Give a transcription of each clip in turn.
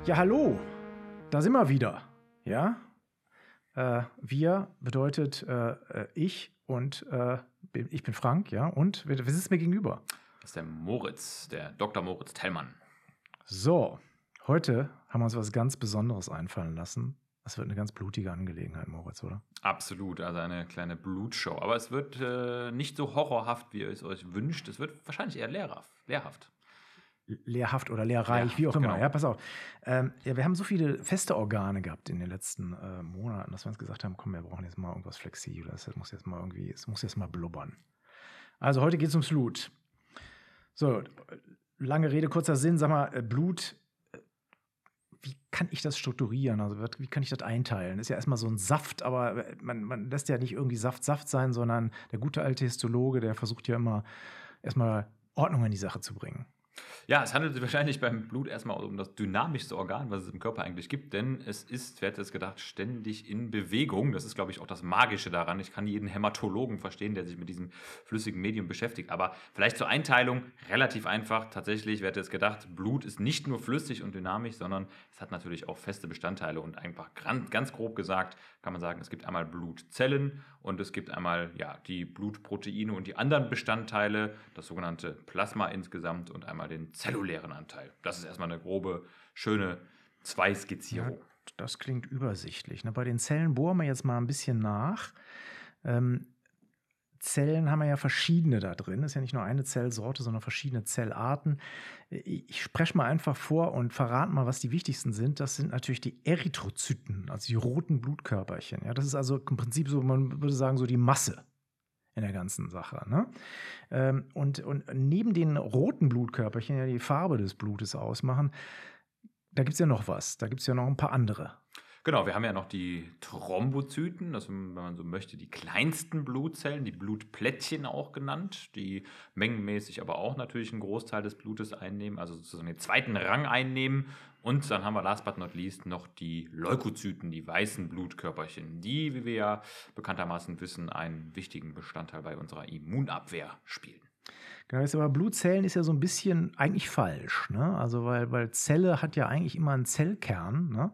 Ja, hallo, da sind wir wieder. Ja, wir bedeutet ich und ich bin Frank, ja, und wer sitzt mir gegenüber? Das ist der Moritz, der Dr. Moritz Tellmann. So, heute haben wir uns was ganz Besonderes einfallen lassen. Das wird eine ganz blutige Angelegenheit, Moritz, oder? Absolut, also eine kleine Blutshow. Aber es wird nicht so horrorhaft, wie ihr es euch wünscht. Es wird wahrscheinlich eher lehrhaft. Lehrhaft oder lehrreich, wie auch Lehrhaft, immer. genau. Ja, pass auf. Ja, wir haben so viele feste Organe gehabt in den letzten Monaten, dass wir uns gesagt haben, komm, wir brauchen jetzt mal irgendwas Flexibles. Es muss jetzt mal blubbern. Also heute geht es ums Blut. So, lange Rede, kurzer Sinn. Sag mal, Blut, wie kann ich das strukturieren? Also wie kann ich das einteilen? Ist ja erstmal so ein Saft, aber man lässt ja nicht irgendwie Saft sein, sondern der gute alte Histologe, der versucht ja immer erstmal Ordnung in die Sache zu bringen. Ja, es handelt sich wahrscheinlich beim Blut erstmal um das dynamischste Organ, was es im Körper eigentlich gibt, denn es ist, wer hätte es gedacht, ständig in Bewegung. Das ist, glaube ich, auch das Magische daran. Ich kann jeden Hämatologen verstehen, der sich mit diesem flüssigen Medium beschäftigt. Aber vielleicht zur Einteilung relativ einfach. Tatsächlich, wer hätte es gedacht, Blut ist nicht nur flüssig und dynamisch, sondern es hat natürlich auch feste Bestandteile. Und einfach ganz grob gesagt kann man sagen, es gibt einmal Blutzellen und es gibt einmal die Blutproteine und die anderen Bestandteile, das sogenannte Plasma insgesamt und einmal den zellulären Anteil. Das ist erstmal eine grobe, schöne Zwei-Skizzierung. Ja, das klingt übersichtlich. Ne? Bei den Zellen bohren wir jetzt mal ein bisschen nach. Zellen haben wir ja verschiedene da drin. Das ist ja nicht nur eine Zellsorte, sondern verschiedene Zellarten. Ich spreche mal einfach vor und verrate mal, was die wichtigsten sind. Das sind natürlich die Erythrozyten, also die roten Blutkörperchen. Ja, das ist also im Prinzip so, man würde sagen, so die Masse in der ganzen Sache. Ne? Und neben den roten Blutkörperchen, ja die Farbe des Blutes ausmachen, da gibt es ja noch was. Da gibt es ja noch ein paar andere. Genau, wir haben ja noch die Thrombozyten, das sind, wenn man so möchte, die kleinsten Blutzellen, die Blutplättchen auch genannt, die mengenmäßig aber auch natürlich einen Großteil des Blutes einnehmen, also sozusagen den zweiten Rang einnehmen. Und dann haben wir last but not least noch die Leukozyten, die weißen Blutkörperchen, die, wie wir ja bekanntermaßen wissen, einen wichtigen Bestandteil bei unserer Immunabwehr spielen. Genau, jetzt aber Blutzellen ist ja so ein bisschen eigentlich falsch, ne? Also weil Zelle hat ja eigentlich immer einen Zellkern, ne?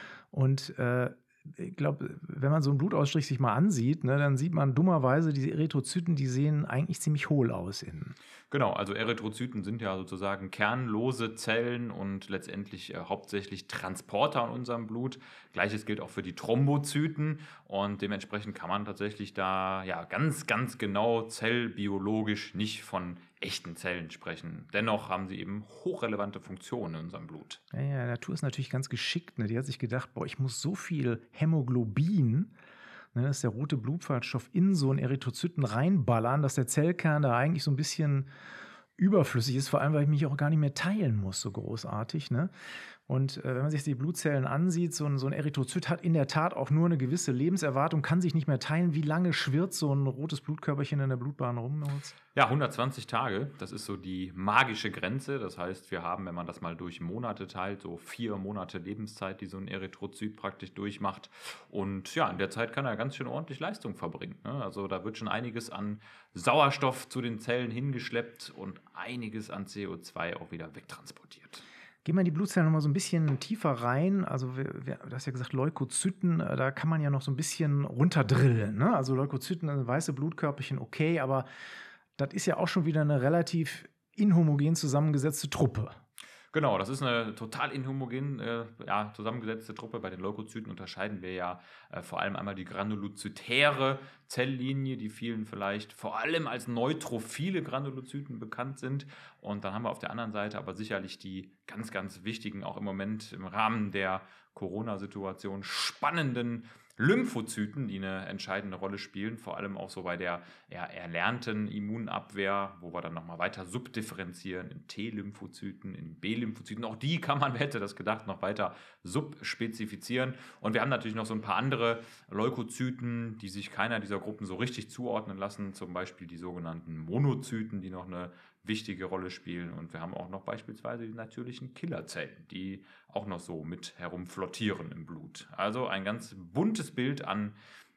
Und ich glaube, wenn man so einen Blutausstrich sich mal ansieht, ne, dann sieht man dummerweise, diese Erythrozyten, die sehen eigentlich ziemlich hohl aus innen. Genau, also Erythrozyten sind ja sozusagen kernlose Zellen und letztendlich hauptsächlich Transporter in unserem Blut. Gleiches gilt auch für die Thrombozyten und dementsprechend kann man tatsächlich da ganz genau zellbiologisch nicht von echten Zellen sprechen. Dennoch haben sie eben hochrelevante Funktionen in unserem Blut. Ja, die Natur ist natürlich ganz geschickt, ne? Die hat sich gedacht, boah, ich muss so viel Hämoglobin, ne, das ist der rote Blutfarbstoff, in so einen Erythrozyten reinballern, dass der Zellkern da eigentlich so ein bisschen überflüssig ist, vor allem, weil ich mich auch gar nicht mehr teilen muss, so großartig. Ne? Und wenn man sich die Blutzellen ansieht, so ein Erythrozyt hat in der Tat auch nur eine gewisse Lebenserwartung, kann sich nicht mehr teilen. Wie lange schwirrt so ein rotes Blutkörperchen in der Blutbahn rum? Ja, 120 Tage, das ist so die magische Grenze. Das heißt, wir haben, wenn man das mal durch Monate teilt, so 4 Monate Lebenszeit, die so ein Erythrozyt praktisch durchmacht. Und ja, in der Zeit kann er ganz schön ordentlich Leistung verbringen. Ne? Also da wird schon einiges an Sauerstoff zu den Zellen hingeschleppt und einiges an CO2 auch wieder wegtransportiert. Gehen wir in die Blutzellen noch mal so ein bisschen tiefer rein. Also du hast ja gesagt, Leukozyten, da kann man ja noch so ein bisschen runterdrillen. Ne? Also Leukozyten, also weiße Blutkörperchen, okay, aber das ist ja auch schon wieder eine relativ inhomogen zusammengesetzte Truppe. Genau, das ist eine total inhomogen zusammengesetzte Truppe. Bei den Leukozyten unterscheiden wir ja vor allem einmal die granulozytäre Zelllinie, die vielen vielleicht vor allem als neutrophile Granulozyten bekannt sind. Und dann haben wir auf der anderen Seite aber sicherlich die ganz wichtigen, auch im Moment im Rahmen der Corona-Situation spannenden Lymphozyten, die eine entscheidende Rolle spielen, vor allem auch so bei der erlernten Immunabwehr, wo wir dann nochmal weiter subdifferenzieren in T-Lymphozyten, in B-Lymphozyten. Auch die kann man, wer hätte das gedacht, noch weiter subspezifizieren. Und wir haben natürlich noch so ein paar andere Leukozyten, die sich keiner dieser Gruppen so richtig zuordnen lassen, zum Beispiel die sogenannten Monozyten, die noch eine wichtige Rolle spielen. Und wir haben auch noch beispielsweise die natürlichen Killerzellen, die auch noch so mit herumflottieren im Blut. Also ein ganz buntes Bild an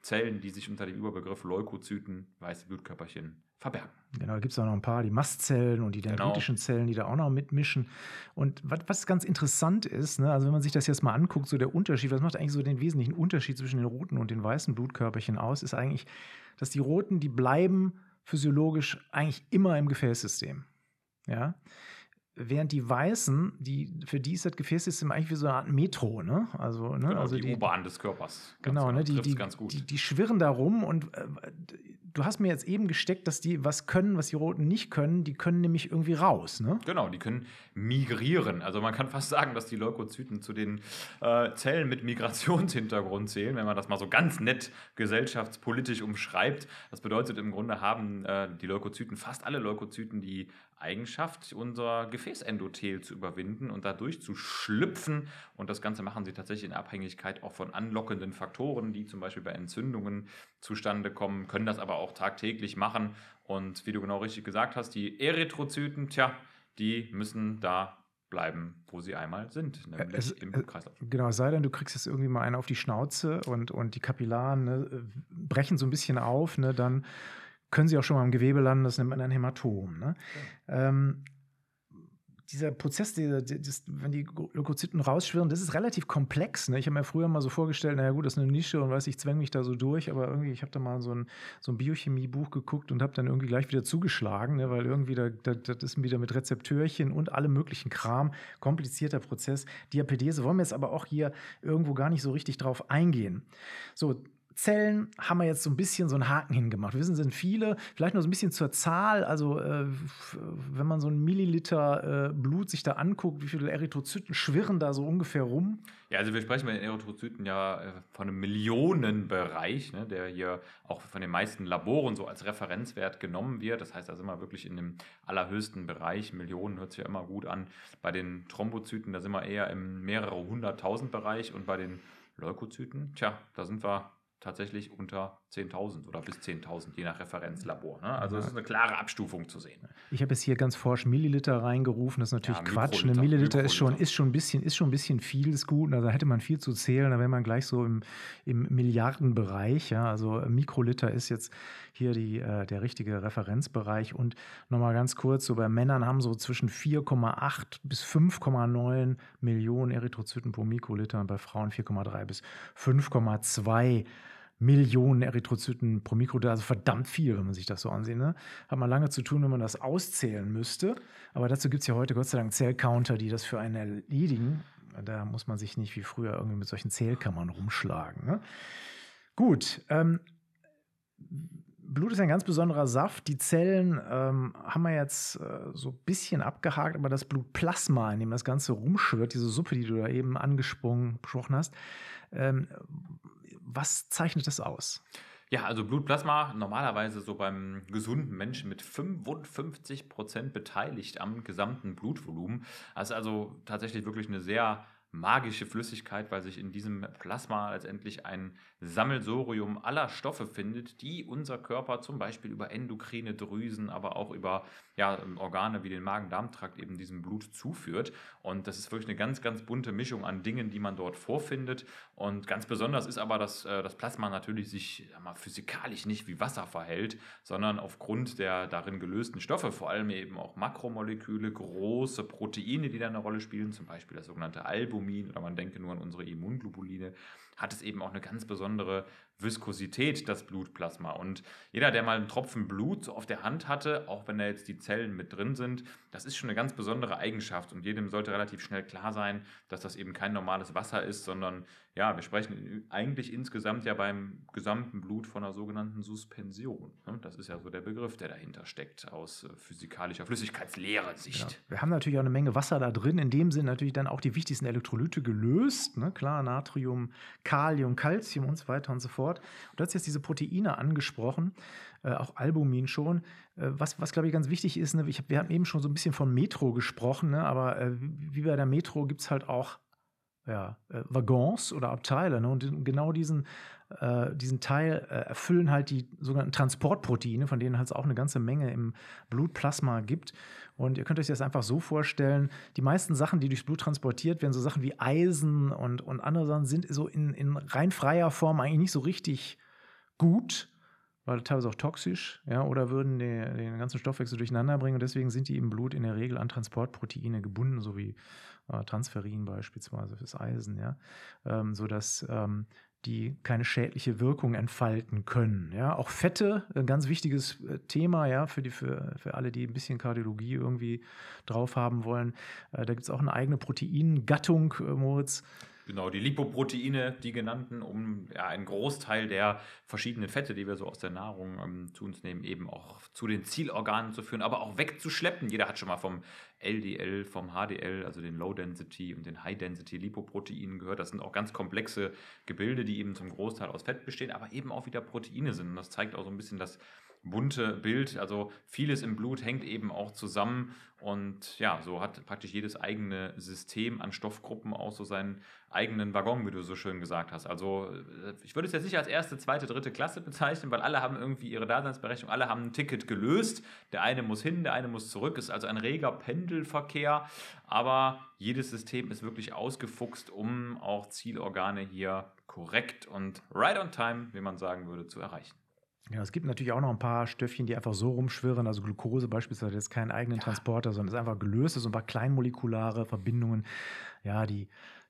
Zellen, die sich unter dem Überbegriff Leukozyten, weiße Blutkörperchen, verbergen. Genau, da gibt es auch noch ein paar, die Mastzellen und die dendritischen Zellen, die da auch noch mitmischen. Und was ganz interessant ist, ne, also wenn man sich das jetzt mal anguckt, so der Unterschied, was macht eigentlich so den wesentlichen Unterschied zwischen den roten und den weißen Blutkörperchen aus, ist eigentlich, dass die roten, die bleiben physiologisch eigentlich immer im Gefäßsystem. Ja? Während die Weißen, für die ist das Gefäßsystem eigentlich wie so eine Art Metro, ne? Also, ne? Genau, also die U-Bahn des Körpers. Genau, ne? Ganz gut. Die schwirren da rum und du hast mir jetzt eben gesteckt, dass die was können, was die Roten nicht können. Die können nämlich irgendwie raus, ne? Genau, die können migrieren. Also man kann fast sagen, dass die Leukozyten zu den Zellen mit Migrationshintergrund zählen, wenn man das mal so ganz nett gesellschaftspolitisch umschreibt. Das bedeutet im Grunde haben die Leukozyten, fast alle Leukozyten, die Eigenschaft, unser Gefäßendothel zu überwinden und dadurch zu schlüpfen. Und das Ganze machen sie tatsächlich in Abhängigkeit auch von anlockenden Faktoren, die zum Beispiel bei Entzündungen zustande kommen, können das aber auch tagtäglich machen. Und wie du genau richtig gesagt hast, die Erythrozyten, die müssen da bleiben, wo sie einmal sind, nämlich im Kreislauf. Genau, es sei denn, du kriegst jetzt irgendwie mal einen auf die Schnauze und die Kapillaren, ne, brechen so ein bisschen auf, ne, dann können sie auch schon mal im Gewebe landen, das nennt man ein Hämatom. Ne? Ja. Dieser Prozess, wenn die Leukozyten rausschwirren, das ist relativ komplex. Ne? Ich habe mir früher mal so vorgestellt, naja gut, das ist eine Nische und ich zwänge mich da so durch, aber irgendwie, ich habe da mal so ein Biochemie-Buch geguckt und habe dann irgendwie gleich wieder zugeschlagen, ne? Weil irgendwie das ist wieder mit Rezeptörchen und allem möglichen Kram, komplizierter Prozess. Diapedese wollen wir jetzt aber auch hier irgendwo gar nicht so richtig drauf eingehen. So, Zellen haben wir jetzt so ein bisschen so einen Haken hingemacht. Wissen sind viele, vielleicht noch so ein bisschen zur Zahl. Also wenn man so einen Milliliter Blut sich da anguckt, wie viele Erythrozyten schwirren da so ungefähr rum? Ja, also wir sprechen bei den Erythrozyten ja von einem Millionenbereich, ne, der hier auch von den meisten Laboren so als Referenzwert genommen wird. Das heißt, da sind wir wirklich in dem allerhöchsten Bereich. Millionen hört sich ja immer gut an. Bei den Thrombozyten, da sind wir eher im mehrere 100.000 Bereich und bei den Leukozyten, da sind wir tatsächlich unter 10.000 oder bis 10.000, je nach Referenzlabor. Ne? Also es ist eine klare Abstufung zu sehen. Ich habe jetzt hier ganz forsch Milliliter reingerufen, das ist natürlich Quatsch. Eine Milliliter ist schon ein bisschen viel, ist gut. Also da hätte man viel zu zählen, da wäre man gleich so im Milliardenbereich. Ja? Also Mikroliter ist jetzt hier der richtige Referenzbereich. Und nochmal ganz kurz, so bei Männern haben so zwischen 4,8 bis 5,9 Millionen Erythrozyten pro Mikroliter und bei Frauen 4,3 bis 5,2 Millionen Erythrozyten pro Mikroliter, also verdammt viel, wenn man sich das so ansieht. Ne? Hat man lange zu tun, wenn man das auszählen müsste. Aber dazu gibt es ja heute Gott sei Dank Zellcounter, die das für einen erledigen. Da muss man sich nicht wie früher irgendwie mit solchen Zählkammern rumschlagen. Ne? Gut, Blut ist ein ganz besonderer Saft. Die Zellen haben wir jetzt so ein bisschen abgehakt, aber das Blutplasma, in dem das Ganze rumschwirrt, diese Suppe, die du da eben besprochen hast, was zeichnet das aus? Ja, also Blutplasma normalerweise so beim gesunden Menschen mit 55% beteiligt am gesamten Blutvolumen. Das ist also tatsächlich wirklich eine sehr magische Flüssigkeit, weil sich in diesem Plasma letztendlich ein Sammelsurium aller Stoffe findet, die unser Körper zum Beispiel über endokrine Drüsen, aber auch über Organe wie den Magen-Darm-Trakt eben diesem Blut zuführt. Und das ist wirklich eine ganz, ganz bunte Mischung an Dingen, die man dort vorfindet. Und ganz besonders ist aber, dass das Plasma natürlich sich physikalisch nicht wie Wasser verhält, sondern aufgrund der darin gelösten Stoffe, vor allem eben auch Makromoleküle, große Proteine, die da eine Rolle spielen, zum Beispiel das sogenannte Albumin oder man denke nur an unsere Immunglobuline, hat es eben auch eine ganz besondere Viskosität, das Blutplasma. Und jeder, der mal einen Tropfen Blut so auf der Hand hatte, auch wenn da jetzt die Zellen mit drin sind, das ist schon eine ganz besondere Eigenschaft. Und jedem sollte relativ schnell klar sein, dass das eben kein normales Wasser ist, sondern wir sprechen eigentlich insgesamt ja beim gesamten Blut von einer sogenannten Suspension. Das ist ja so der Begriff, der dahinter steckt, aus physikalischer Flüssigkeitslehre-Sicht. Ja. Wir haben natürlich auch eine Menge Wasser da drin. In dem Sinne natürlich dann auch die wichtigsten Elektrolyte gelöst. Ne? Klar, Natrium, Kalium, Calcium und so weiter und so fort. Und du hast jetzt diese Proteine angesprochen, auch Albumin schon. Was glaube ich, ganz wichtig ist, ne? Wir haben eben schon so ein bisschen von Metro gesprochen, ne? Aber wie bei der Metro gibt es halt auch Waggons oder Abteile. Ne? Und genau diesen Teil erfüllen halt die sogenannten Transportproteine, von denen halt es auch eine ganze Menge im Blutplasma gibt. Und ihr könnt euch das einfach so vorstellen, die meisten Sachen, die durchs Blut transportiert werden, so Sachen wie Eisen und andere Sachen, sind so in rein freier Form eigentlich nicht so richtig gut, weil teilweise auch toxisch, ja, oder würden den ganzen Stoffwechsel durcheinander bringen. Und deswegen sind die im Blut in der Regel an Transportproteine gebunden, so wie Transferin beispielsweise fürs Eisen, ja, sodass die keine schädliche Wirkung entfalten können. Ja. Auch Fette, ein ganz wichtiges Thema, ja, für alle, die ein bisschen Kardiologie irgendwie drauf haben wollen. Da gibt es auch eine eigene Proteingattung, Moritz. Genau, die Lipoproteine, die genannten, um einen Großteil der verschiedenen Fette, die wir so aus der Nahrung zu uns nehmen, eben auch zu den Zielorganen zu führen, aber auch wegzuschleppen. Jeder hat schon mal vom LDL, vom HDL, also den Low-Density und den High-Density-Lipoproteinen gehört. Das sind auch ganz komplexe Gebilde, die eben zum Großteil aus Fett bestehen, aber eben auch wieder Proteine sind. Und das zeigt auch so ein bisschen das bunte Bild, also vieles im Blut hängt eben auch zusammen und ja, so hat praktisch jedes eigene System an Stoffgruppen auch so seinen eigenen Waggon, wie du so schön gesagt hast. Also ich würde es jetzt nicht als erste, zweite, dritte Klasse bezeichnen, weil alle haben irgendwie ihre Daseinsberechtigung, alle haben ein Ticket gelöst, der eine muss hin, der eine muss zurück, ist also ein reger Pendelverkehr, aber jedes System ist wirklich ausgefuchst, um auch Zielorgane hier korrekt und right on time, wie man sagen würde, zu erreichen. Ja, es gibt natürlich auch noch ein paar Stöffchen, die einfach so rumschwirren. Also Glucose beispielsweise hat jetzt keinen eigenen Transporter, sondern ist einfach gelöst, so ein paar kleinmolekulare Verbindungen. Ja, die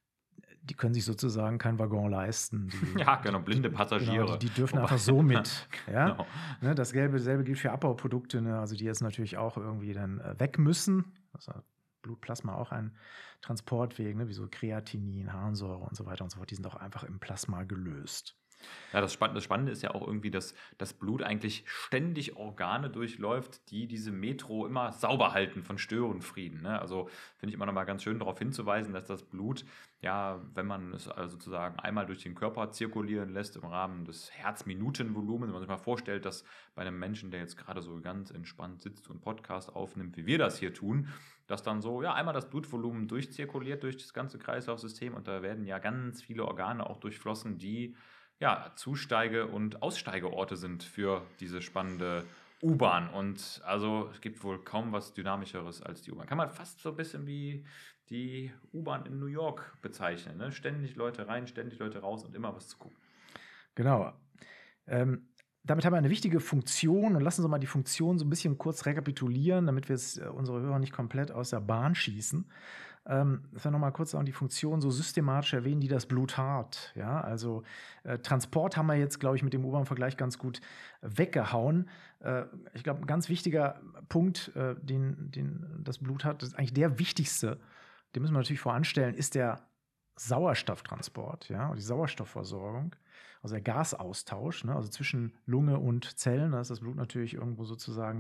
können sich sozusagen keinen Waggon leisten. Ja, genau, blinde Passagiere. Genau, die dürfen einfach so mit. Ja? Genau. Ne, dasselbe gilt für Abbauprodukte, ne? Also die jetzt natürlich auch irgendwie dann weg müssen. Also Blutplasma auch ein Transportweg, ne? Wie so Kreatinin, Harnsäure und so weiter und so fort. Die sind auch einfach im Plasma gelöst. Ja, das Spannende ist ja auch irgendwie, dass das Blut eigentlich ständig Organe durchläuft, die diese Metro immer sauber halten von Störenfrieden. Ne? Also finde ich immer noch mal ganz schön darauf hinzuweisen, dass das Blut, ja, wenn man es also sozusagen einmal durch den Körper zirkulieren lässt im Rahmen des Herzminutenvolumens, wenn man sich mal vorstellt, dass bei einem Menschen, der jetzt gerade so ganz entspannt sitzt und Podcast aufnimmt, wie wir das hier tun, dass dann so, ja, einmal das Blutvolumen durchzirkuliert durch das ganze Kreislaufsystem und da werden ja ganz viele Organe auch durchflossen, die ja, Zusteige- und Aussteigeorte sind für diese spannende U-Bahn. Und also es gibt wohl kaum was Dynamischeres als die U-Bahn. Kann man fast so ein bisschen wie die U-Bahn in New York bezeichnen. Ne? Ständig Leute rein, ständig Leute raus und immer was zu gucken. Genau. Damit haben wir eine wichtige Funktion und lassen Sie mal die Funktion so ein bisschen kurz rekapitulieren, damit wir unsere Hörer nicht komplett aus der Bahn schießen. Dass wir nochmal kurz die Funktion so systematisch erwähnen, die das Blut hat. Ja, also Transport haben wir jetzt, glaube ich, mit dem U-Bahn-Vergleich ganz gut weggehauen. Ich glaube, ein ganz wichtiger Punkt, den das Blut hat, das ist eigentlich der wichtigste, den müssen wir natürlich voranstellen, ist der Sauerstofftransport, ja, und die Sauerstoffversorgung, also der Gasaustausch, ne, also zwischen Lunge und Zellen. Da ist das Blut natürlich irgendwo sozusagen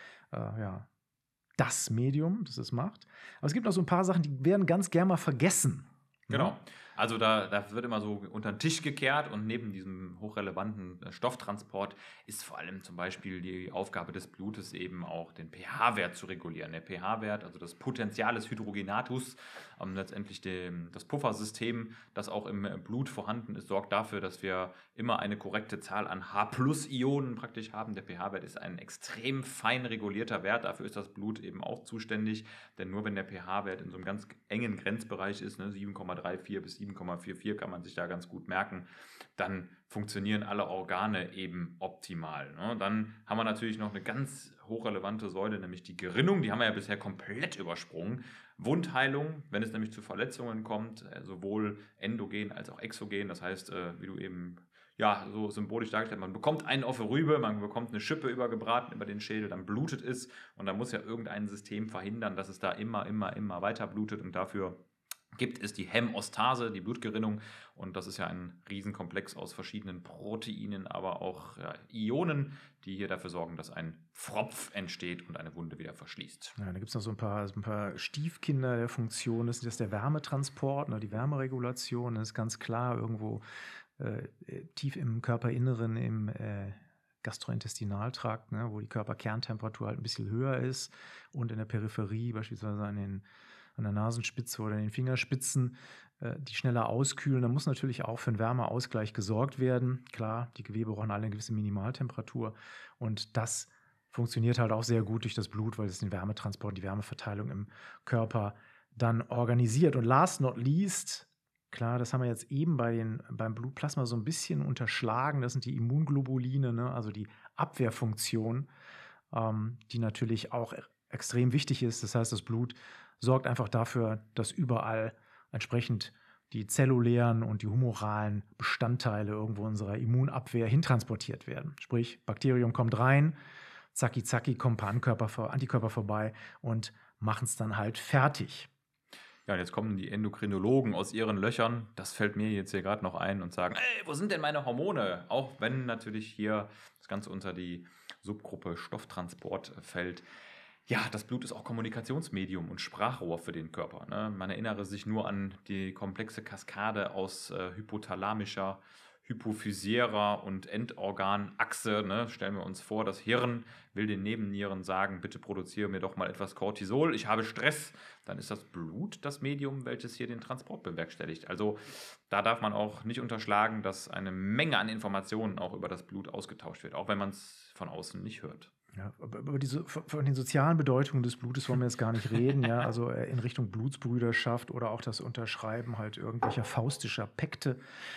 das Medium, das es macht. Aber es gibt noch so ein paar Sachen, die werden ganz gern mal vergessen. Genau. Also da wird immer so unter den Tisch gekehrt und neben diesem hochrelevanten Stofftransport ist vor allem zum Beispiel die Aufgabe des Blutes eben auch den pH-Wert zu regulieren. Der pH-Wert, also das Potential des Hydrogenatus, letztendlich das Puffersystem, das auch im Blut vorhanden ist, sorgt dafür, dass wir immer eine korrekte Zahl an H+-Ionen praktisch haben. Der pH-Wert ist ein extrem fein regulierter Wert, dafür ist das Blut eben auch zuständig, denn nur wenn der pH-Wert in so einem ganz engen Grenzbereich ist, ne, 7,34 bis 7,44 kann man sich da ganz gut merken, dann funktionieren alle Organe eben optimal. Ne? Dann haben wir natürlich noch eine ganz hochrelevante Säule, nämlich die Gerinnung, die haben wir ja bisher komplett übersprungen. Wundheilung, wenn es nämlich zu Verletzungen kommt, sowohl endogen als auch exogen, das heißt, wie du eben so symbolisch dargestellt, man bekommt einen auf die Rübe, man bekommt eine Schippe übergebraten über den Schädel, dann blutet es und dann muss ja irgendein System verhindern, dass es da immer weiter blutet und dafür gibt es die Hämostase, die Blutgerinnung und das ist ja ein Riesenkomplex aus verschiedenen Proteinen, aber auch Ionen, die hier dafür sorgen, dass ein Pfropf entsteht und eine Wunde wieder verschließt. Ja, da gibt es noch so ein paar Stiefkinder der Funktion. Das ist der Wärmetransport, die Wärmeregulation. Das ist ganz klar irgendwo tief im Körperinneren, im Gastrointestinaltrakt, ne, wo die Körperkerntemperatur halt ein bisschen höher ist und in der Peripherie, beispielsweise an der Nasenspitze oder den Fingerspitzen, die schneller auskühlen. Da muss natürlich auch für einen Wärmeausgleich gesorgt werden. Klar, die Gewebe brauchen alle eine gewisse Minimaltemperatur und das funktioniert halt auch sehr gut durch das Blut, weil es den Wärmetransport, die Wärmeverteilung im Körper dann organisiert. Und last not least, Klar, das haben wir jetzt eben beim Blutplasma so ein bisschen unterschlagen. Das sind die Immunglobuline, ne? Also die Abwehrfunktion, die natürlich auch extrem wichtig ist. Das heißt, das Blut sorgt einfach dafür, dass überall entsprechend die zellulären und die humoralen Bestandteile irgendwo unserer Immunabwehr hintransportiert werden. Sprich, Bakterium kommt rein, zacki zacki, kommen ein paar Antikörper vorbei und machen es dann halt fertig. Ja, und jetzt kommen die Endokrinologen aus ihren Löchern, das fällt mir jetzt hier gerade noch ein, und sagen, ey, wo sind denn meine Hormone? Auch wenn natürlich hier das Ganze unter die Subgruppe Stofftransport fällt. Ja, das Blut ist auch Kommunikationsmedium und Sprachrohr für den Körper. Ne? Man erinnere sich nur an die komplexe Kaskade aus hypothalamischer, hypophysärer und Endorganachse. Ne? Stellen wir uns vor, das Hirn will den Nebennieren sagen, bitte produziere mir doch mal etwas Cortisol, ich habe Stress. Dann ist das Blut das Medium, welches hier den Transport bewerkstelligt. Also da darf man auch nicht unterschlagen, dass eine Menge an Informationen auch über das Blut ausgetauscht wird, auch wenn man es von außen nicht hört. Ja, von den sozialen Bedeutungen des Blutes wollen wir jetzt gar nicht reden, ja, also in Richtung Blutsbrüderschaft oder auch das Unterschreiben halt irgendwelcher faustischer Pakte,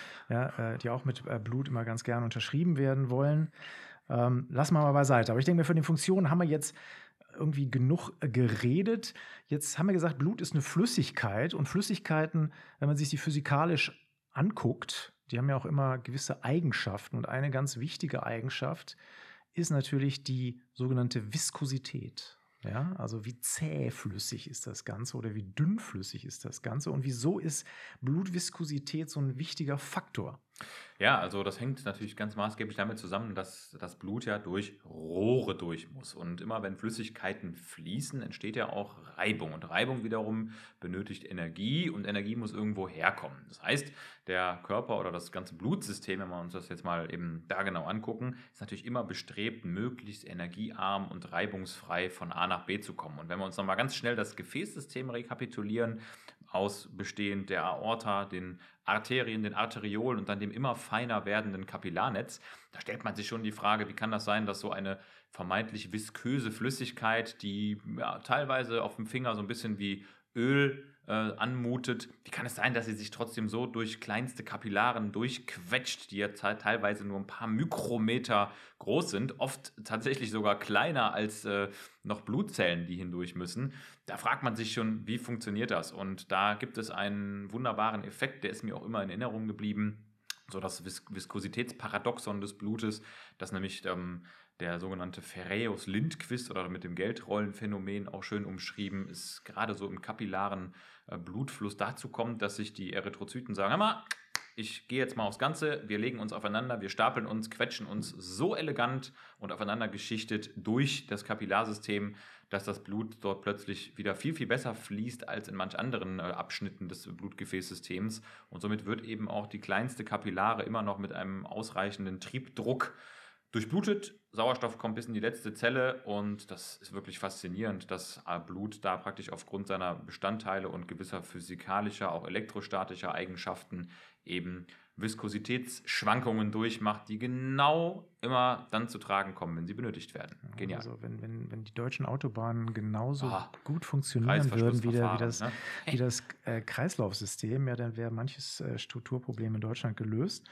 ja, die auch mit Blut immer ganz gern unterschrieben werden wollen. Lassen wir mal beiseite. Aber ich denke mir, für die Funktionen haben wir jetzt irgendwie genug geredet. Jetzt haben wir gesagt, Blut ist eine Flüssigkeit und Flüssigkeiten, wenn man sich die physikalisch anguckt, die haben ja auch immer gewisse Eigenschaften und eine ganz wichtige Eigenschaft ist natürlich die sogenannte Viskosität. Ja, also wie zähflüssig ist das Ganze oder wie dünnflüssig ist das Ganze und wieso ist Blutviskosität so ein wichtiger Faktor? Ja, also das hängt natürlich ganz maßgeblich damit zusammen, dass das Blut ja durch Rohre durch muss. Und immer wenn Flüssigkeiten fließen, entsteht ja auch Reibung. Und Reibung wiederum benötigt Energie und Energie muss irgendwo herkommen. Das heißt, der Körper oder das ganze Blutsystem, wenn wir uns das jetzt mal eben da genau angucken, ist natürlich immer bestrebt, möglichst energiearm und reibungsfrei von A nach B zu kommen. Und wenn wir uns nochmal ganz schnell das Gefäßsystem rekapitulieren, aus bestehend der Aorta, den Arterien, den Arteriolen und dann dem immer feiner werdenden Kapillarnetz. Da stellt man sich schon die Frage, wie kann das sein, dass so eine vermeintlich visköse Flüssigkeit, die ja, teilweise auf dem Finger so ein bisschen wie Öl anmutet, wie kann es sein, dass sie sich trotzdem so durch kleinste Kapillaren durchquetscht, die ja teilweise nur ein paar Mikrometer groß sind, oft tatsächlich sogar kleiner als noch Blutzellen, die hindurch müssen. Da fragt man sich schon, wie funktioniert das? Und da gibt es einen wunderbaren Effekt, der ist mir auch immer in Erinnerung geblieben, so das Viskositätsparadoxon des Blutes, das nämlich der sogenannte Ferreus-Lindquist oder mit dem Geldrollenphänomen auch schön umschrieben ist, gerade so im kapillaren Blutfluss dazu kommt, dass sich die Erythrozyten sagen, hör mal, ich gehe jetzt mal aufs Ganze, wir legen uns aufeinander, wir stapeln uns, quetschen uns so elegant und aufeinander geschichtet durch das Kapillarsystem, dass das Blut dort plötzlich wieder viel, viel besser fließt als in manch anderen Abschnitten des Blutgefäßsystems. Und somit wird eben auch die kleinste Kapillare immer noch mit einem ausreichenden Triebdruck durchblutet. Sauerstoff kommt bis in die letzte Zelle und das ist wirklich faszinierend, dass Blut da praktisch aufgrund seiner Bestandteile und gewisser physikalischer, auch elektrostatischer Eigenschaften eben Viskositätsschwankungen durchmacht, die genau immer dann zu tragen kommen, wenn sie benötigt werden. Genial. Also wenn die deutschen Autobahnen genauso gut funktionieren würden Reißverschlussverfahren, wie das Kreislaufsystem, ja, dann wäre manches Strukturproblem in Deutschland gelöst.